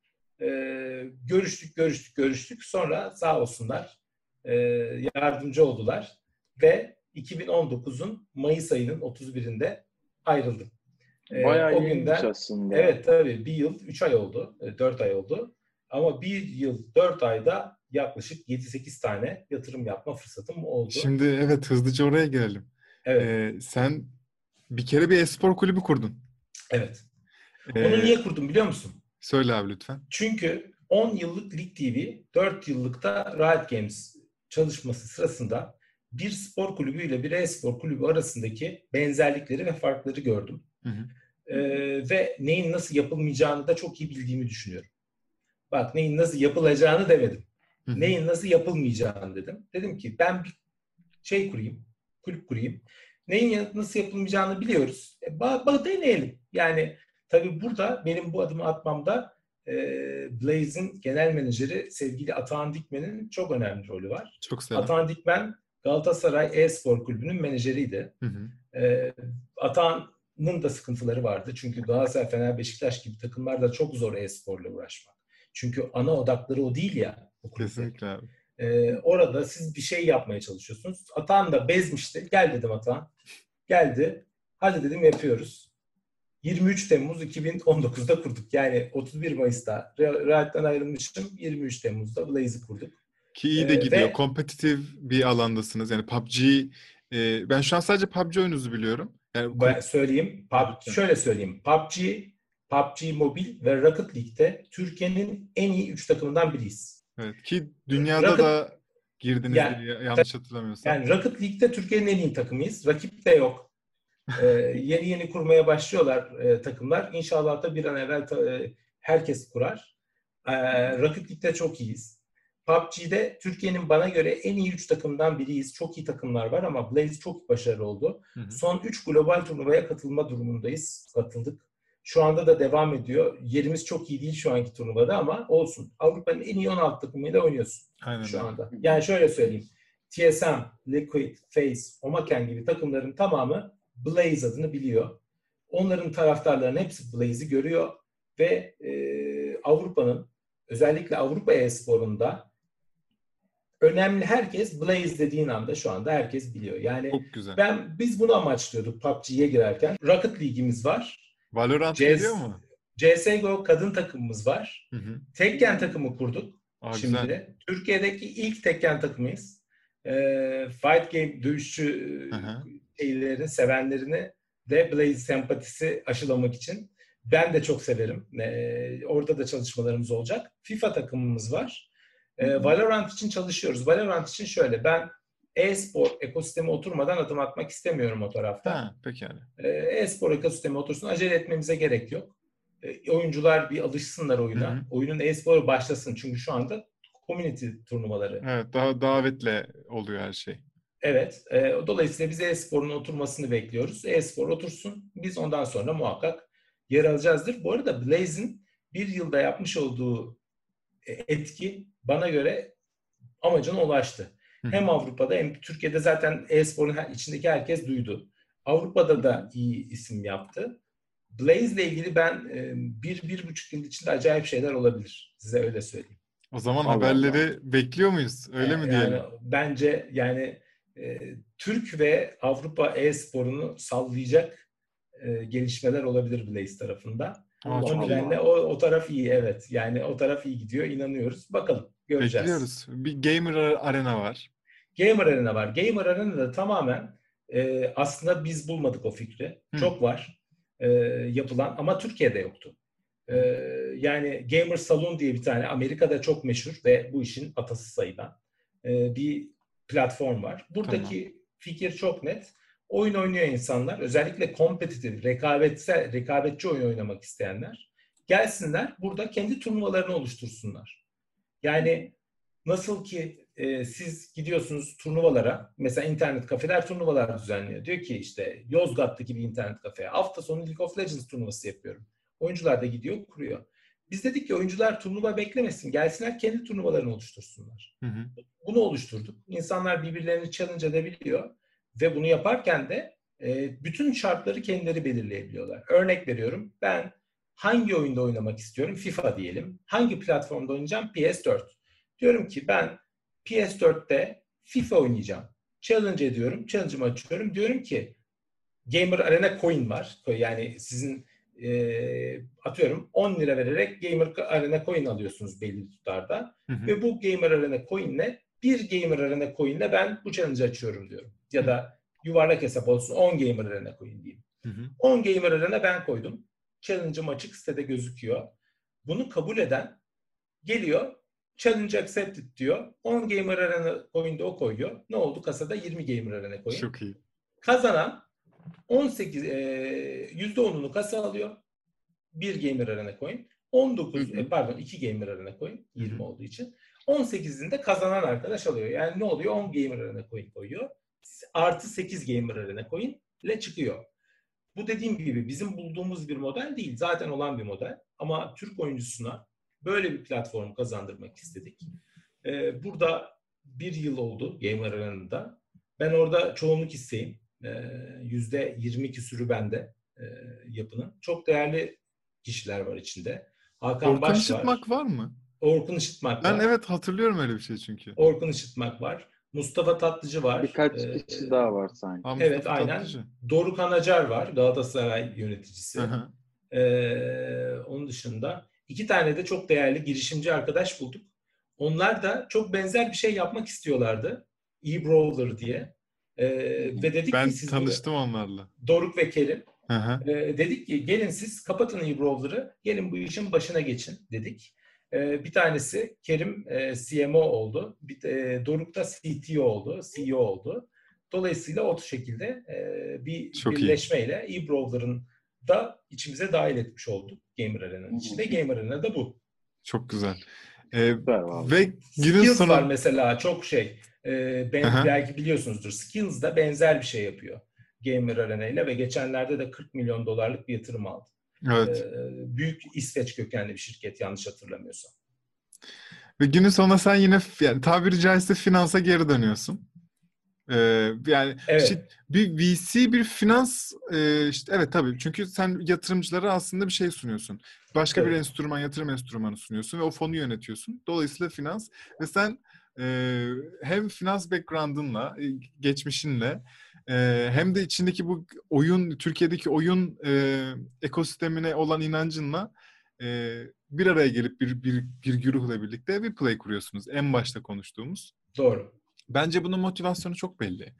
Görüştük. Sonra sağ olsunlar yardımcı oldular. Ve 2019'un Mayıs ayının 31'inde ayrıldım. Bayağı O iyiymiş günden aslında. evet tabii 1 yıl 3 ay oldu. 4 ay oldu. Ama 1 yıl 4 ayda yaklaşık 7-8 tane yatırım yapma fırsatım oldu. Şimdi evet hızlıca oraya gelelim. Evet. Sen bir kere bir e-spor kulübü kurdun. Evet. Onu niye kurdum biliyor musun? Söyle abi lütfen. Çünkü 10 yıllık Lig TV, 4 yıllık da Riot Games çalışması sırasında bir spor kulübüyle bir e-spor kulübü arasındaki benzerlikleri ve farkları gördüm. Hı hı. Ve neyin nasıl yapılmayacağını da çok iyi bildiğimi düşünüyorum. Bak neyin nasıl yapılacağını demedim. Hı hı. Neyin nasıl yapılmayacağını dedim. Dedim ki ben bir kulüp kurayım. Neyin nasıl yapılmayacağını biliyoruz. Deneyelim. Yani tabii burada benim bu adımı atmamda Blaze'in genel menajeri sevgili Atahan Dikmen'in çok önemli rolü var. Çok selam. Atahan Dikmen Galatasaray e-spor kulübünün menajeriydi. Hı hı. Atahan'ın da sıkıntıları vardı. Çünkü Galatasaray, Fener, Beşiktaş gibi takımlarla çok zor e-sporla uğraşmak. Çünkü ana odakları o değil ya. Kesinlikle abi. Orada siz bir şey yapmaya çalışıyorsunuz. Atahan da bezmişti. Gel dedim Atahan. Geldi. Hadi dedim yapıyoruz. 23 Temmuz 2019'da kurduk. Yani 31 Mayıs'ta Riot'tan ayrılmıştım. 23 Temmuz'da Blaze'i kurduk. Ki iyi de gidiyor. Ve Kompetitif bir alandasınız. Yani PUBG, ben şu an sadece PUBG oyununuzu biliyorum. Yani ben söyleyeyim. Şöyle söyleyeyim. PUBG Mobile ve Rocket League'de Türkiye'nin en iyi 3 takımından biriyiz. evet. Ki dünyada da girdiniz Yani, diye yanlış hatırlamıyorsam. Yani Rocket League'de Türkiye'nin en iyi takımıyız. Rakip de yok. Yeni kurmaya başlıyorlar takımlar. İnşallah da bir an evvel herkes kurar. Rocket League'de çok iyiyiz. PUBG'de Türkiye'nin bana göre en iyi 3 takımdan biriyiz. Çok iyi takımlar var ama Blaze çok başarılı oldu. Hı hı. Son 3 global turnuvaya katılma durumundayız. Katıldık. Şu anda da devam ediyor. Yerimiz çok iyi değil şu anki turnuvada ama olsun. Avrupa'nın en iyi 16 takımıyla oynuyorsun Aynen şu öyle. anda. Yani şöyle söyleyeyim. TSM, Liquid, FaZe, Omaken gibi takımların tamamı Blaze adını biliyor. Onların taraftarlarının hepsi Blaze'i görüyor ve Avrupa'nın özellikle Avrupa e-sporunda önemli herkes Blaze dediğin anda şu anda herkes biliyor. Yani Çok güzel. biz bunu amaçlıyorduk PUBG'ye girerken. Rocket League'imiz var. Valorant geliyor mu? CSGO kadın takımımız var. Hı hı. Tekken takımı kurduk. Şimdi Güzel. Türkiye'deki ilk Tekken takımıyız. Fight Game dövüşçü şeylerin sevenlerini de Blaze sempatisi aşılamak için. Ben de çok severim. Orada da çalışmalarımız olacak. FIFA takımımız var. Valorant için çalışıyoruz. Valorant için şöyle, ben e-spor ekosistemi oturmadan adım atmak istemiyorum o tarafta. Peki yani. E-spor ekosistemi otursun, acele etmemize gerek yok. Oyuncular bir alışsınlar oyuna. Hı hı. Oyunun e-sporu başlasın. Çünkü şu anda community turnuvaları. Evet, daha davetle oluyor her şey. Evet. Dolayısıyla biz e-sporun oturmasını bekliyoruz. E-spor otursun. Biz ondan sonra muhakkak yer alacağızdır. Bu arada Blaze'in bir yılda yapmış olduğu etki bana göre amacına ulaştı. Hem Avrupa'da hem Türkiye'de zaten e-sporun içindeki herkes duydu. Avrupa'da da iyi isim yaptı. Blaze ile ilgili ben 1-1,5 yıl içinde acayip şeyler olabilir. Size öyle söyleyeyim. O zaman Allah haberleri bekliyor muyuz? Öyle mi Yani diyelim? bence yani Türk ve Avrupa e-sporunu sallayacak gelişmeler olabilir Blaze tarafında. Aa, O Allah çok iyi. nedenle Allah. o taraf iyi, evet. Yani o taraf iyi gidiyor, inanıyoruz. Bakalım, göreceğiz. Bekliyoruz. Bir gamer arena var. Gamer Arena var. Gamer Arena da tamamen aslında biz bulmadık o fikri. Hı. Çok var yapılan ama Türkiye'de yoktu. E, Yani Gamer Saloon diye bir tane Amerika'da çok meşhur ve bu işin atası sayılan bir platform var. Tamam. Buradaki fikir çok net. Oyun oynuyor insanlar. Özellikle kompetitif, rekabetçi oyun oynamak isteyenler gelsinler burada kendi turnuvalarını oluştursunlar. Yani nasıl ki siz gidiyorsunuz turnuvalara, mesela internet kafeler turnuvalar düzenliyor. Diyor ki işte Yozgat'taki bir internet kafeye hafta sonu League of Legends turnuvası yapıyorum. Oyuncular da gidiyor, kuruyor. Biz dedik ki oyuncular turnuva beklemesin, gelsinler kendi turnuvalarını oluştursunlar. Hı hı. Bunu oluşturduk. İnsanlar birbirlerini challenge edebiliyor ve bunu yaparken de bütün şartları kendileri belirleyebiliyorlar. Örnek veriyorum, ben hangi oyunda oynamak istiyorum? FIFA diyelim. Hangi platformda oynayacağım? PS4. Diyorum ki ben PS4'te FIFA oynayacağım. Challenge ediyorum. Challenge'ımı açıyorum. Diyorum ki Gamer Arena Coin var. Yani sizin atıyorum 10 lira vererek Gamer Arena Coin alıyorsunuz belli tutarda. Hı hı. Ve bu Gamer Arena Coin'le bir Gamer Arena Coin'le ben bu challenge'ı açıyorum diyorum. Ya da yuvarlak hesap olsun 10 Gamer Arena Coin diyeyim. Hı hı. 10 Gamer Arena ben koydum. Challenge'ım açık sitede gözüküyor. Bunu kabul eden geliyor. Challenge accepted diyor. 10 Gamer Arena Coin'de o koyuyor. Ne oldu? Kasada 20 Gamer Arena Coin. Çok iyi. Kazanan 18 %10'unu kasa alıyor. Bir Gamer Arena Coin. 19 Hı hı. pardon 2 Gamer Arena Coin Hı 20 hı. olduğu için 18'inde kazanan arkadaş alıyor. Yani ne oluyor? 10 Gamer Arena Coin koyuyor. Artı 8 Gamer Arena Coin ile çıkıyor. Bu dediğim gibi bizim bulduğumuz bir model değil. Zaten olan bir model. Ama Türk oyuncusuna böyle bir platform kazandırmak istedik. Burada bir yıl oldu Gamer Arena'da. Ben orada çoğunluk hisseyim. %20 küsürü bende yapının. Çok değerli kişiler var içinde. Hakan Orkun Baş var. Işıtmak var mı? Orkun Işıtmak Ben var. evet hatırlıyorum öyle bir şey çünkü. Orkun Işıtmak var. Mustafa Tatlıcı var. Birkaç kişi daha var Ha, sanki. Evet, Mustafa aynen. Tatlıcı. Doruk Anacar var. Galatasaray Hı yöneticisi. hı. Onun dışında iki tane de çok değerli girişimci arkadaş bulduk. Onlar da çok benzer bir şey yapmak istiyorlardı. E-Brawler diye. Ve dedik ki Ben siz burada tanıştım onlarla. Doruk ve Kerim Hı hı. dedik ki gelin siz kapatın e-Brawler'ı, gelin bu işin başına geçin dedik. Bir tanesi Kerim CMO oldu. Doruk da CTO oldu, CEO oldu. Dolayısıyla o şekilde bir Çok iyi. birleşmeyle e-Brawler'ın da içimize dahil etmiş olduk Gamer Arena'nın içinde. Gamer Arena da bu. Çok güzel. Süper vallahi. Ve günün Skills var sonu... mesela çok Hı hı. belki biliyorsunuzdur. Skills da benzer bir şey yapıyor Gamer Arena ile ve geçenlerde de 40 milyon dolarlık bir yatırım aldı. Evet. Büyük İsveç kökenli bir şirket yanlış hatırlamıyorsam. Ve günün sonunda sen yine yani tabiri caizse finansa geri dönüyorsun. Yani Evet, bir VC bir finans işte evet tabii çünkü sen yatırımcılara aslında bir şey sunuyorsun. Başka bir tabii. enstrüman, yatırım enstrümanı sunuyorsun ve o fonu yönetiyorsun. Dolayısıyla finans ve sen hem finans background'ınla, geçmişinle hem de içindeki bu oyun, Türkiye'deki oyun ekosistemine olan inancınla bir araya gelip bir güruhla birlikte bir play kuruyorsunuz. En başta konuştuğumuz. Doğru. Bence bunun motivasyonu çok belli.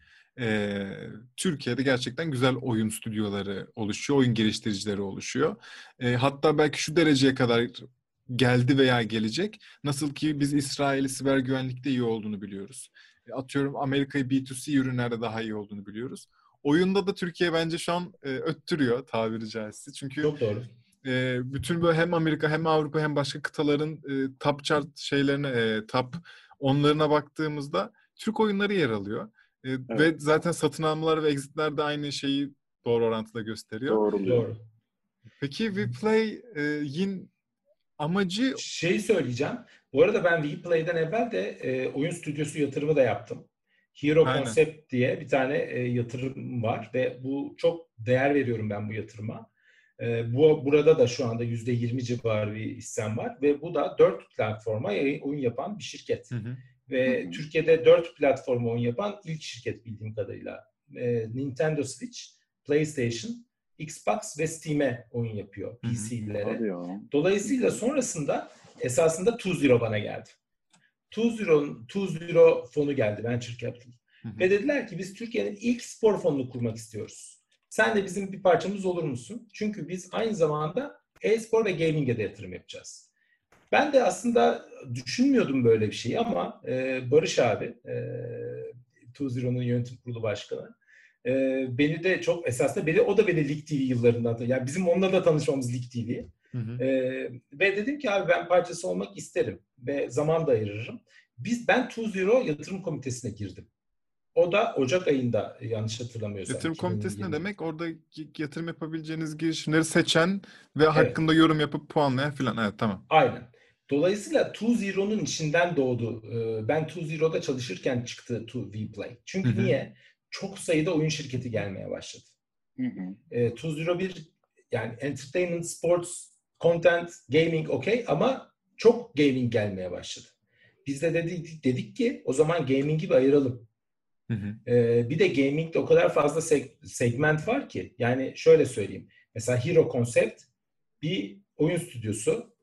Türkiye'de gerçekten güzel oyun stüdyoları oluşuyor, oyun geliştiricileri oluşuyor. Hatta belki şu dereceye kadar geldi veya gelecek. Nasıl ki biz İsrail'i siber güvenlikte iyi olduğunu biliyoruz. Atıyorum Amerika'yı B2C ürünlerde daha iyi olduğunu biliyoruz. Oyunda da Türkiye bence şu an öttürüyor tabiri caizse. Çünkü Çok doğru. bütün böyle hem Amerika hem Avrupa hem başka kıtaların top chart şeylerine, top onlarına baktığımızda Türk oyunları yer alıyor. Evet. Ve zaten satın almalar ve exitler de aynı şeyi doğru orantıda gösteriyor. Doğruluyor. Doğru. Peki WePlay'in amacı... Söyleyeceğim. Bu arada ben WePlay'den evvel de oyun stüdyosu yatırımı da yaptım. Hero Aynen. Concept diye bir tane yatırım var ve bu çok değer veriyorum ben bu yatırıma. Burada da şu anda %20 civarı bir hissem var ve bu da 4 platforma oyun yapan bir şirket. Ve Türkiye'de 4 platforma oyun yapan ilk şirket bildiğim kadarıyla. Nintendo Switch, PlayStation, Xbox ve Steam'e oyun yapıyor PC'lere. Dolayısıyla sonrasında esasında 2Zero bana geldi. 2Zero fonu geldi Venture Capital. Ve dediler ki biz Türkiye'nin ilk spor fonunu kurmak istiyoruz. Sen de bizim bir parçamız olur musun? Çünkü biz aynı zamanda e-spor ve gaming'e de yatırım yapacağız. Ben de aslında düşünmüyordum böyle bir şeyi ama Barış abi, 2Zero'nun yönetim kurulu başkanı, beni de çok esasında o da beni Lig TV yıllarından tanıyor. Yani bizim onunla da tanışmamız Lig TV. Ve dedim ki abi ben parçası olmak isterim ve zaman da ayırırım. Ben 2Zero yatırım komitesine girdim. O da Ocak ayında yanlış hatırlamıyorsam. Yatırım komitesi ne demek? Orada yatırım yapabileceğiniz girişimleri seçen ve hakkında yorum yapıp puanlayan filan. Evet, tamam. Aynen. Dolayısıyla 2Zero'nun içinden doğdu. Ben 2Zero'da çalışırken çıktı Vplay. Çünkü niye? Çok sayıda oyun şirketi gelmeye başladı. 2Zero yani entertainment, sports, content, gaming okey ama çok gaming gelmeye başladı. Biz de dedik ki o zaman gaming'i bir ayıralım. Bir de gaming'de o kadar fazla segment var ki. Yani şöyle söyleyeyim. Mesela Hero Concept bir oyun stüdyosu.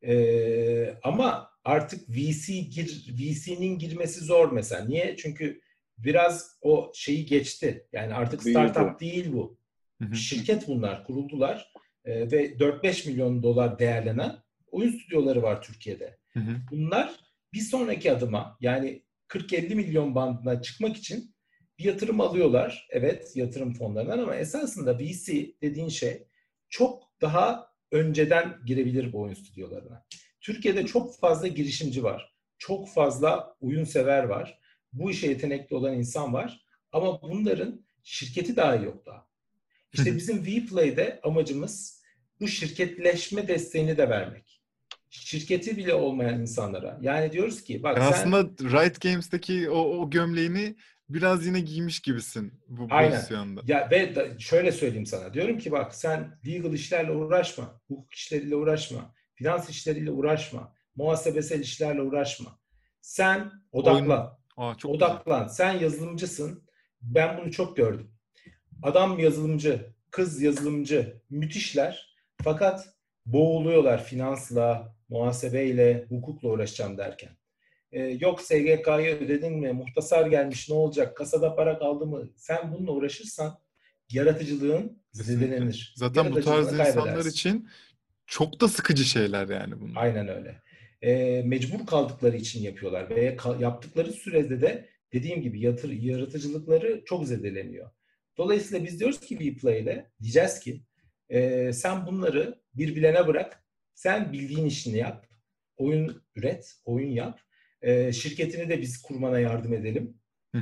Ama artık VC'nin girmesi zor mesela. Niye? Çünkü biraz o şeyi geçti. Yani artık startup değil bu. Şirket bunlar. Kuruldular. Ve 4-5 milyon dolar değerlenen oyun stüdyoları var Türkiye'de. Bunlar bir sonraki adıma yani 40-50 milyon bandına çıkmak için bir yatırım alıyorlar. Evet, yatırım fonlarından ama esasında VC dediğin şey çok daha önceden girebilir bu oyun stüdyolarına. Türkiye'de çok fazla girişimci var. Çok fazla oyun sever var. Bu işe yetenekli olan insan var. Ama bunların şirketi dahi yok daha. İşte bizim Vplay'de amacımız bu şirketleşme desteğini de vermek. Şirketi bile olmayan insanlara. Yani diyoruz ki bak sen... Aslında Riot Games'teki o gömleğini biraz yine giymiş gibisin bu pozisyonda. Ya ve şöyle söyleyeyim sana. Diyorum ki bak sen legal işlerle uğraşma. Hukuk işleriyle uğraşma. Finans işleriyle uğraşma. Muhasebesel işlerle uğraşma. Sen odaklan. Odaklan. Güzel. Sen yazılımcısın. Ben bunu çok gördüm. Adam yazılımcı, kız yazılımcı. Müthişler. Fakat boğuluyorlar finansla, muhasebeyle, hukukla uğraşacağım derken. Yok SGK'yı ödedin mi? Muhtasar gelmiş ne olacak? Kasada para kaldı mı? Sen bununla uğraşırsan yaratıcılığın zedelenir. Zaten bu tarz insanlar için çok da sıkıcı şeyler yani bunlar. Aynen öyle. Mecbur kaldıkları için yapıyorlar ve yaptıkları sürede de dediğim gibi yaratıcılıkları çok zedeleniyor. Dolayısıyla biz diyoruz ki Vplay'le diyeceğiz ki sen bunları bir bilene bırak. Sen bildiğin işini yap. Oyun üret, oyun yap. Şirketini de biz kurmana yardım edelim.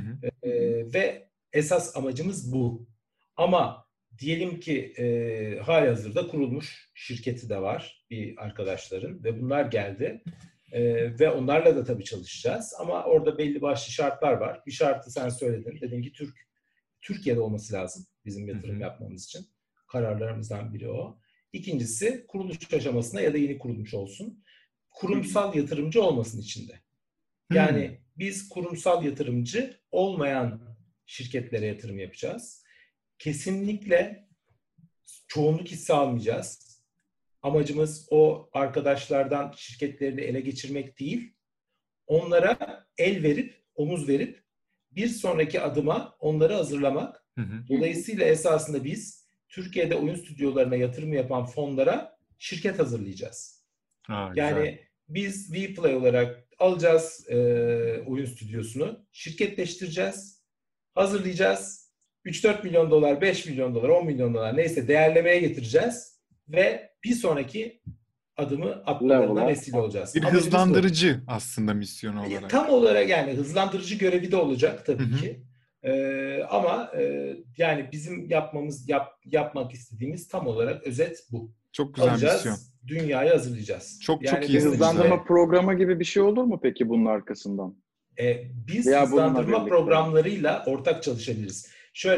Ve esas amacımız bu. Ama diyelim ki halihazırda kurulmuş şirketi de var bir arkadaşların ve bunlar geldi. Ve onlarla da tabii çalışacağız. Ama orada belli başlı şartlar var. Bir şartı sen söyledin. Dedin ki Türkiye'de olması lazım bizim yatırım yapmamız için. Kararlarımızdan biri o. İkincisi kuruluş aşamasında ya da yeni kurulmuş olsun. Kurumsal yatırımcı olmasın içinde. Yani biz kurumsal yatırımcı olmayan şirketlere yatırım yapacağız. Kesinlikle çoğunluk hisse almayacağız. Amacımız o arkadaşlardan şirketlerini ele geçirmek değil. Onlara el verip, omuz verip bir sonraki adıma onları hazırlamak. Dolayısıyla esasında biz Türkiye'de oyun stüdyolarına yatırım yapan fonlara şirket hazırlayacağız. Yani biz Vplay olarak alacağız oyun stüdyosunu, şirketleştireceğiz, hazırlayacağız. 3-4 milyon dolar, 5 milyon dolar, 10 milyon dolar neyse değerlemeye getireceğiz ve bir sonraki adımı atmalarına vesile olacağız. Bir hızlandırıcı aslında misyon olarak. Tam olarak yani hızlandırıcı görevi de olacak tabii ki. Ama yani bizim yapmak istediğimiz tam olarak özet bu. Çok güzel alacağız, misyon. Dünyayı hazırlayacağız. Çok yani iyi. Hızlandırma programı gibi bir şey olur mu peki bunun arkasından? Biz hızlandırma programlarıyla ortak çalışabiliriz. Şöyle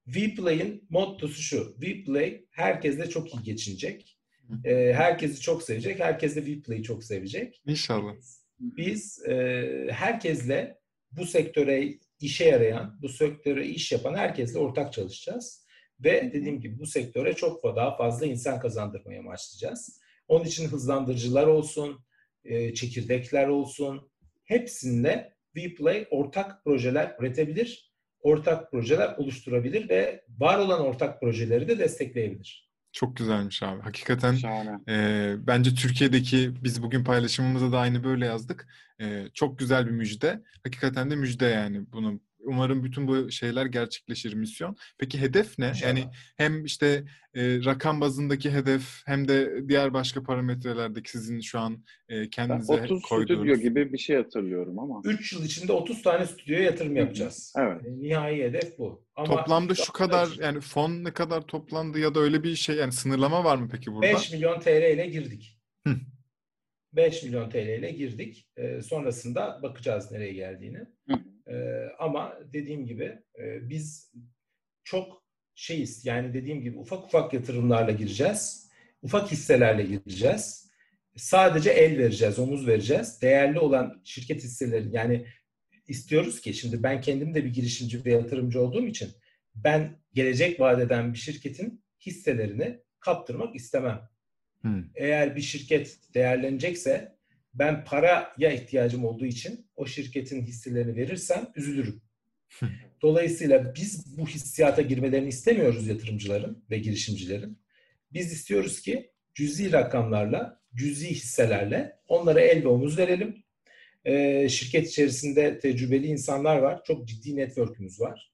Vplay'in mottosu şu. Vplay herkesle çok iyi geçinecek. Herkesi çok sevecek. Herkes de Vplay'i çok sevecek. İnşallah. Biz herkesle bu sektöre işe yarayan, bu sektöre iş yapan herkesle ortak çalışacağız. Ve dediğim gibi bu sektöre çok daha fazla insan kazandırmaya amaçlayacağız. Onun için hızlandırıcılar olsun, çekirdekler olsun, hepsinde Vplay ortak projeler üretebilir, ortak projeler oluşturabilir ve var olan ortak projeleri de destekleyebilir. Çok güzelmiş abi. Hakikaten Şahane. bence Türkiye'deki biz bugün paylaşımımızda da aynı böyle yazdık. Çok güzel bir müjde. Hakikaten de müjde yani bunu. Umarım bütün bu şeyler gerçekleşir misyon. Peki hedef ne? İnşallah. Yani hem işte rakam bazındaki hedef hem de diğer başka parametrelerdeki sizin şu an Ben kendinize 30 koyduğunuz. stüdyo gibi bir şey hatırlıyorum ama. 3 yıl içinde 30 tane stüdyoya yatırım yapacağız. Evet. Nihai hedef bu. Ama Toplamda şu kadar yani fon ne kadar toplandı ya da öyle bir şey yani sınırlama var mı peki burada? 5 milyon TL ile girdik. Hı. 5 milyon TL ile girdik. Sonrasında bakacağız nereye geldiğini. Ama dediğim gibi biz çok şeyiz. Yani dediğim gibi ufak ufak yatırımlarla gireceğiz. Ufak hisselerle gireceğiz. Sadece el vereceğiz, omuz vereceğiz. Değerli olan şirket hisseleri yani istiyoruz ki şimdi ben kendim de bir girişimci ve yatırımcı olduğum için ben gelecek vaat eden bir şirketin hisselerini kaptırmak istemem. Eğer bir şirket değerlenecekse ben paraya ihtiyacım olduğu için o şirketin hisselerini verirsem üzülürüm. Dolayısıyla biz bu hissiyata girmelerini istemiyoruz yatırımcıların ve girişimcilerin. Biz istiyoruz ki cüzi rakamlarla, cüzi hisselerle onlara el ve omuz verelim. Şirket içerisinde tecrübeli insanlar var. Çok ciddi network'ümüz var.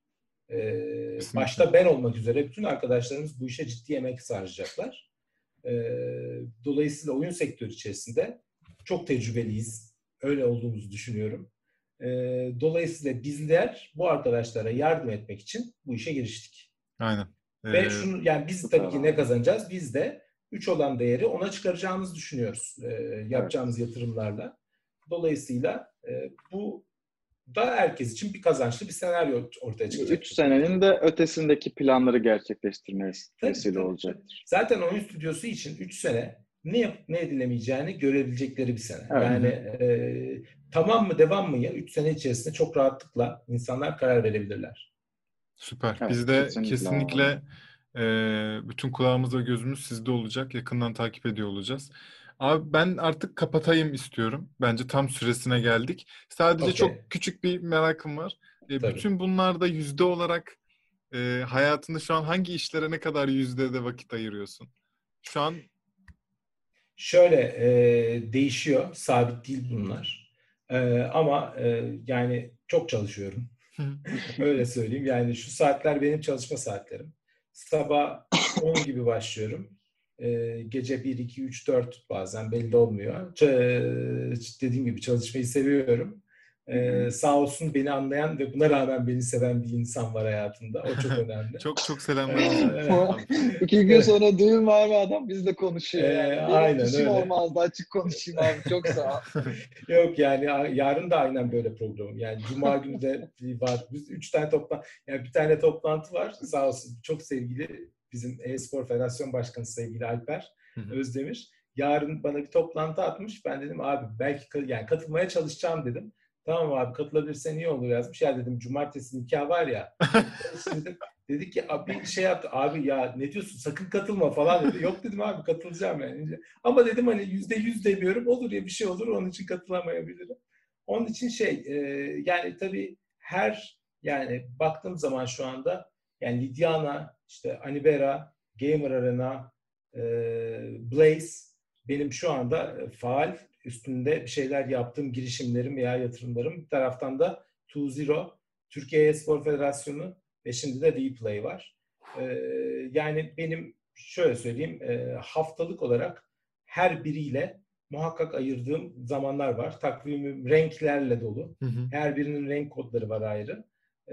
Başta ben olmak üzere bütün arkadaşlarımız bu işe ciddi emek saracaklar. Dolayısıyla oyun sektörü içerisinde çok tecrübeliyiz. Öyle olduğumuzu düşünüyorum. Dolayısıyla bizler bu arkadaşlara yardım etmek için bu işe giriştik. Aynen. Ve şunu yani biz tabii ki ne kazanacağız? Biz de 3 olan değeri ona çıkaracağımızı düşünüyoruz. Yapacağımız yatırımlarla. Dolayısıyla bu da herkes için bir kazançlı bir senaryo ortaya çıkacak. 3 senenin de ötesindeki planları gerçekleştirmeye vesile olacaktır. Zaten oyun stüdyosu için 3 sene ne yapıp ne edilemeyeceğini görebilecekleri bir sene. Evet. Yani tamam mı devam mı ya 3 sene içerisinde çok rahatlıkla insanlar karar verebilirler. Süper. Evet, biz de kesinlikle bütün kulağımız ve gözümüz sizde olacak. Yakından takip ediyor olacağız. Abi ben artık kapatayım istiyorum. Bence tam süresine geldik. Sadece çok küçük bir merakım var. Bütün bunlarda yüzde olarak hayatında şu an hangi işlere ne kadar yüzdede vakit ayırıyorsun? Şu an şöyle değişiyor. Sabit değil bunlar. Ama yani çok çalışıyorum. Öyle söyleyeyim. Yani şu saatler benim çalışma saatlerim. Sabah 10 gibi başlıyorum. Gece 1, 2, 3, 4 bazen belli olmuyor. Dediğim gibi çalışmayı seviyorum. Sağ olsun beni anlayan ve buna rağmen beni seven bir insan var hayatımda. O çok önemli. çok selamlar. 2 gün sonra düğün var mı adam bizle konuşuyor yani. Benim aynen işim öyle. olmazdı açık konuşayım abi çok sağ ol. Yok yani yarın da aynen böyle programım. Yani Cuma günü de var. Biz 3 tane yani bir tane toplantı var. Sağ olsun çok sevgili bizim E-Spor Federasyon Başkanı sevgili Alper Özdemir. Yarın bana bir toplantı atmış. Ben dedim abi belki yani katılmaya çalışacağım dedim. Tamam abi katılabilirsen iyi olur yazmış. Ya dedim cumartesi nikah var ya. Dedim, dedi ki abi şey yaptı. Abi ya ne diyorsun sakın katılma falan dedi. Yok dedim abi katılacağım yani. Ama dedim hani %100 demiyorum. Olur ya bir şey olur onun için katılamayabilirim. Onun için yani tabii yani baktığım zaman şu anda yani Lidiana, işte Anibera, Gamer Arena, Blaze benim şu anda faal üstünde bir şeyler yaptığım girişimlerim veya yatırımlarım. Bir taraftan da 2-0, Türkiye E-Spor Federasyonu ve şimdi de Vplay var. Yani benim şöyle söyleyeyim haftalık olarak her biriyle muhakkak ayırdığım zamanlar var. Takvimim renklerle dolu. Her birinin renk kodları var ayrı.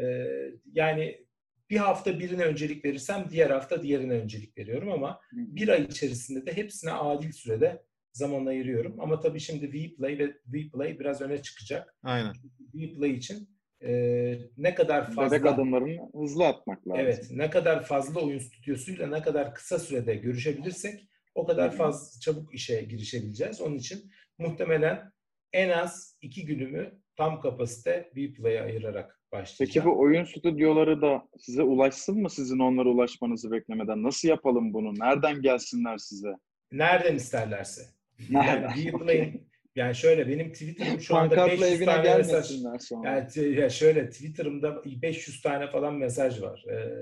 Yani bir hafta birine öncelik verirsem diğer hafta diğerine öncelik veriyorum ama bir ay içerisinde de hepsine adil sürede zaman ayırıyorum. Ama tabii şimdi Vplay biraz öne çıkacak. Aynen. Vplay için ne kadar fazla bebek adımlarını hızlı atmak lazım. evet, ne kadar fazla oyun stüdyosuyla ne kadar kısa sürede görüşebilirsek o kadar fazla çabuk işe girişebileceğiz. Onun için muhtemelen en az 2 günümü tam kapasite Vplay'e ayırarak başlayacağım. Peki bu oyun stüdyoları da size ulaşsın mı, sizin onlara ulaşmanızı beklemeden? Nasıl yapalım bunu? Nereden gelsinler size? Nereden isterlerse. Nereden? Yani Vplay'in yani şöyle benim Twitter'ım şu anda Pankartla 500 evine tane mesaj. gelmesinler sonra. Yani şöyle Twitter'ımda 500 tane falan mesaj var.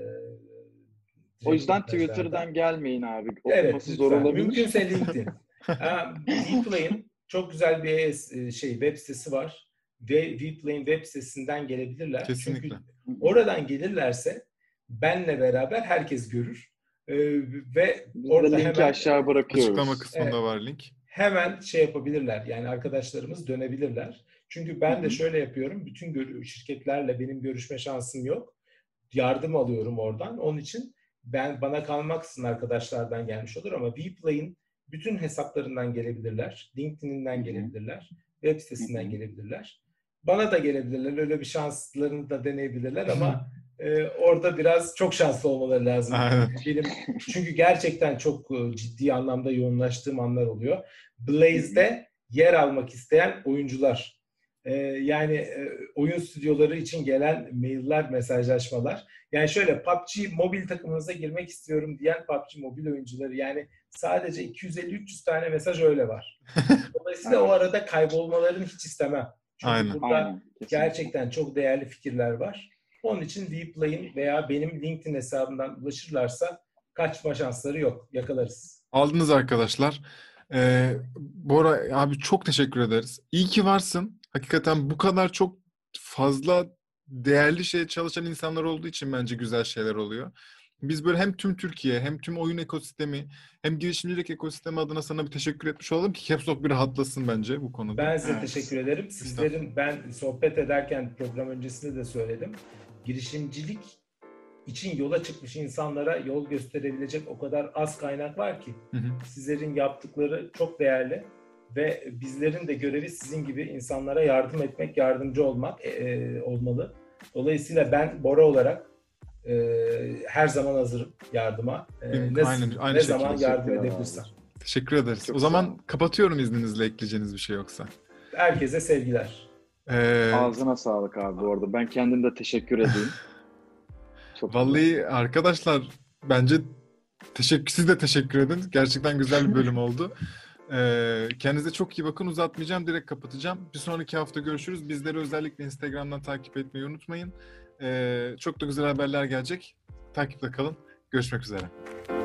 O yüzden Direkt mesajlardan. Twitter'dan gelmeyin abi. Evet, Okuması zor lütfen. olabilir. Mümkünse LinkedIn. Vplay'in çok güzel bir web sitesi var. Ve Vplay'in web sitesinden gelebilirler. Kesinlikle. Çünkü oradan gelirlerse benle beraber herkes görür. Ve Biz orada de linki hemen aşağı bırakıyoruz. Açıklama kısmında var link. hemen yapabilirler. Yani arkadaşlarımız dönebilirler. Çünkü ben de şöyle yapıyorum. Bütün şirketlerle benim görüşme şansım yok. Yardım alıyorum oradan. Onun için bana kalmaksızın arkadaşlardan gelmiş olur ama Vplay'in bütün hesaplarından gelebilirler. LinkedIn'inden gelebilirler. Web sitesinden gelebilirler. Bana da gelebilirler. Öyle bir şanslarını da deneyebilirler ama orada biraz çok şanslı olmaları lazım. Aynen. Çünkü gerçekten çok ciddi anlamda yoğunlaştığım anlar oluyor. Blaze'de yer almak isteyen oyuncular. Yani oyun stüdyoları için gelen mailler, mesajlaşmalar. Yani şöyle PUBG mobil takımınıza girmek istiyorum diyen PUBG mobil oyuncuları. Yani sadece 250-300 tane mesaj öyle var. Dolayısıyla o arada kaybolmalarını hiç istemem. Çünkü burada gerçekten çok değerli fikirler var. Onun için Vplay'in veya benim LinkedIn hesabından ulaşırlarsa kaçma şansları yok. Yakalarız. Aldınız arkadaşlar. Bora abi çok teşekkür ederiz. İyi ki varsın. Hakikaten bu kadar çok fazla değerli şeye çalışan insanlar olduğu için bence güzel şeyler oluyor. Biz böyle hem tüm Türkiye hem tüm oyun ekosistemi hem girişimcilik ekosistemi adına sana bir teşekkür etmiş olalım ki Caps Lock bir rahatlasın bence bu konuda. Ben size teşekkür ederim. Sizlerin ben sohbet ederken program öncesinde de söyledim. Girişimcilik için yola çıkmış insanlara yol gösterebilecek o kadar az kaynak var ki. Sizlerin yaptıkları çok değerli ve bizlerin de görevi sizin gibi insanlara yardım etmek, yardımcı olmak olmalı. Dolayısıyla ben Bora olarak her zaman hazırım yardıma. Aynı ne zaman yardım edebilirsem. Teşekkür ederiz. O zaman kapatıyorum izninizle, ekleyeceğiniz bir şey yoksa. Herkese sevgiler. Ağzına sağlık abi bu arada. Ben kendim de teşekkür edeyim. Çok vallahi güzel. Arkadaşlar bence siz de teşekkür edin. Gerçekten güzel bir bölüm oldu. Kendinize çok iyi bakın. Uzatmayacağım. Direkt kapatacağım. Bir sonraki hafta görüşürüz. Bizleri özellikle Instagram'dan takip etmeyi unutmayın. Çok da güzel haberler gelecek. Takipte kalın. Görüşmek üzere.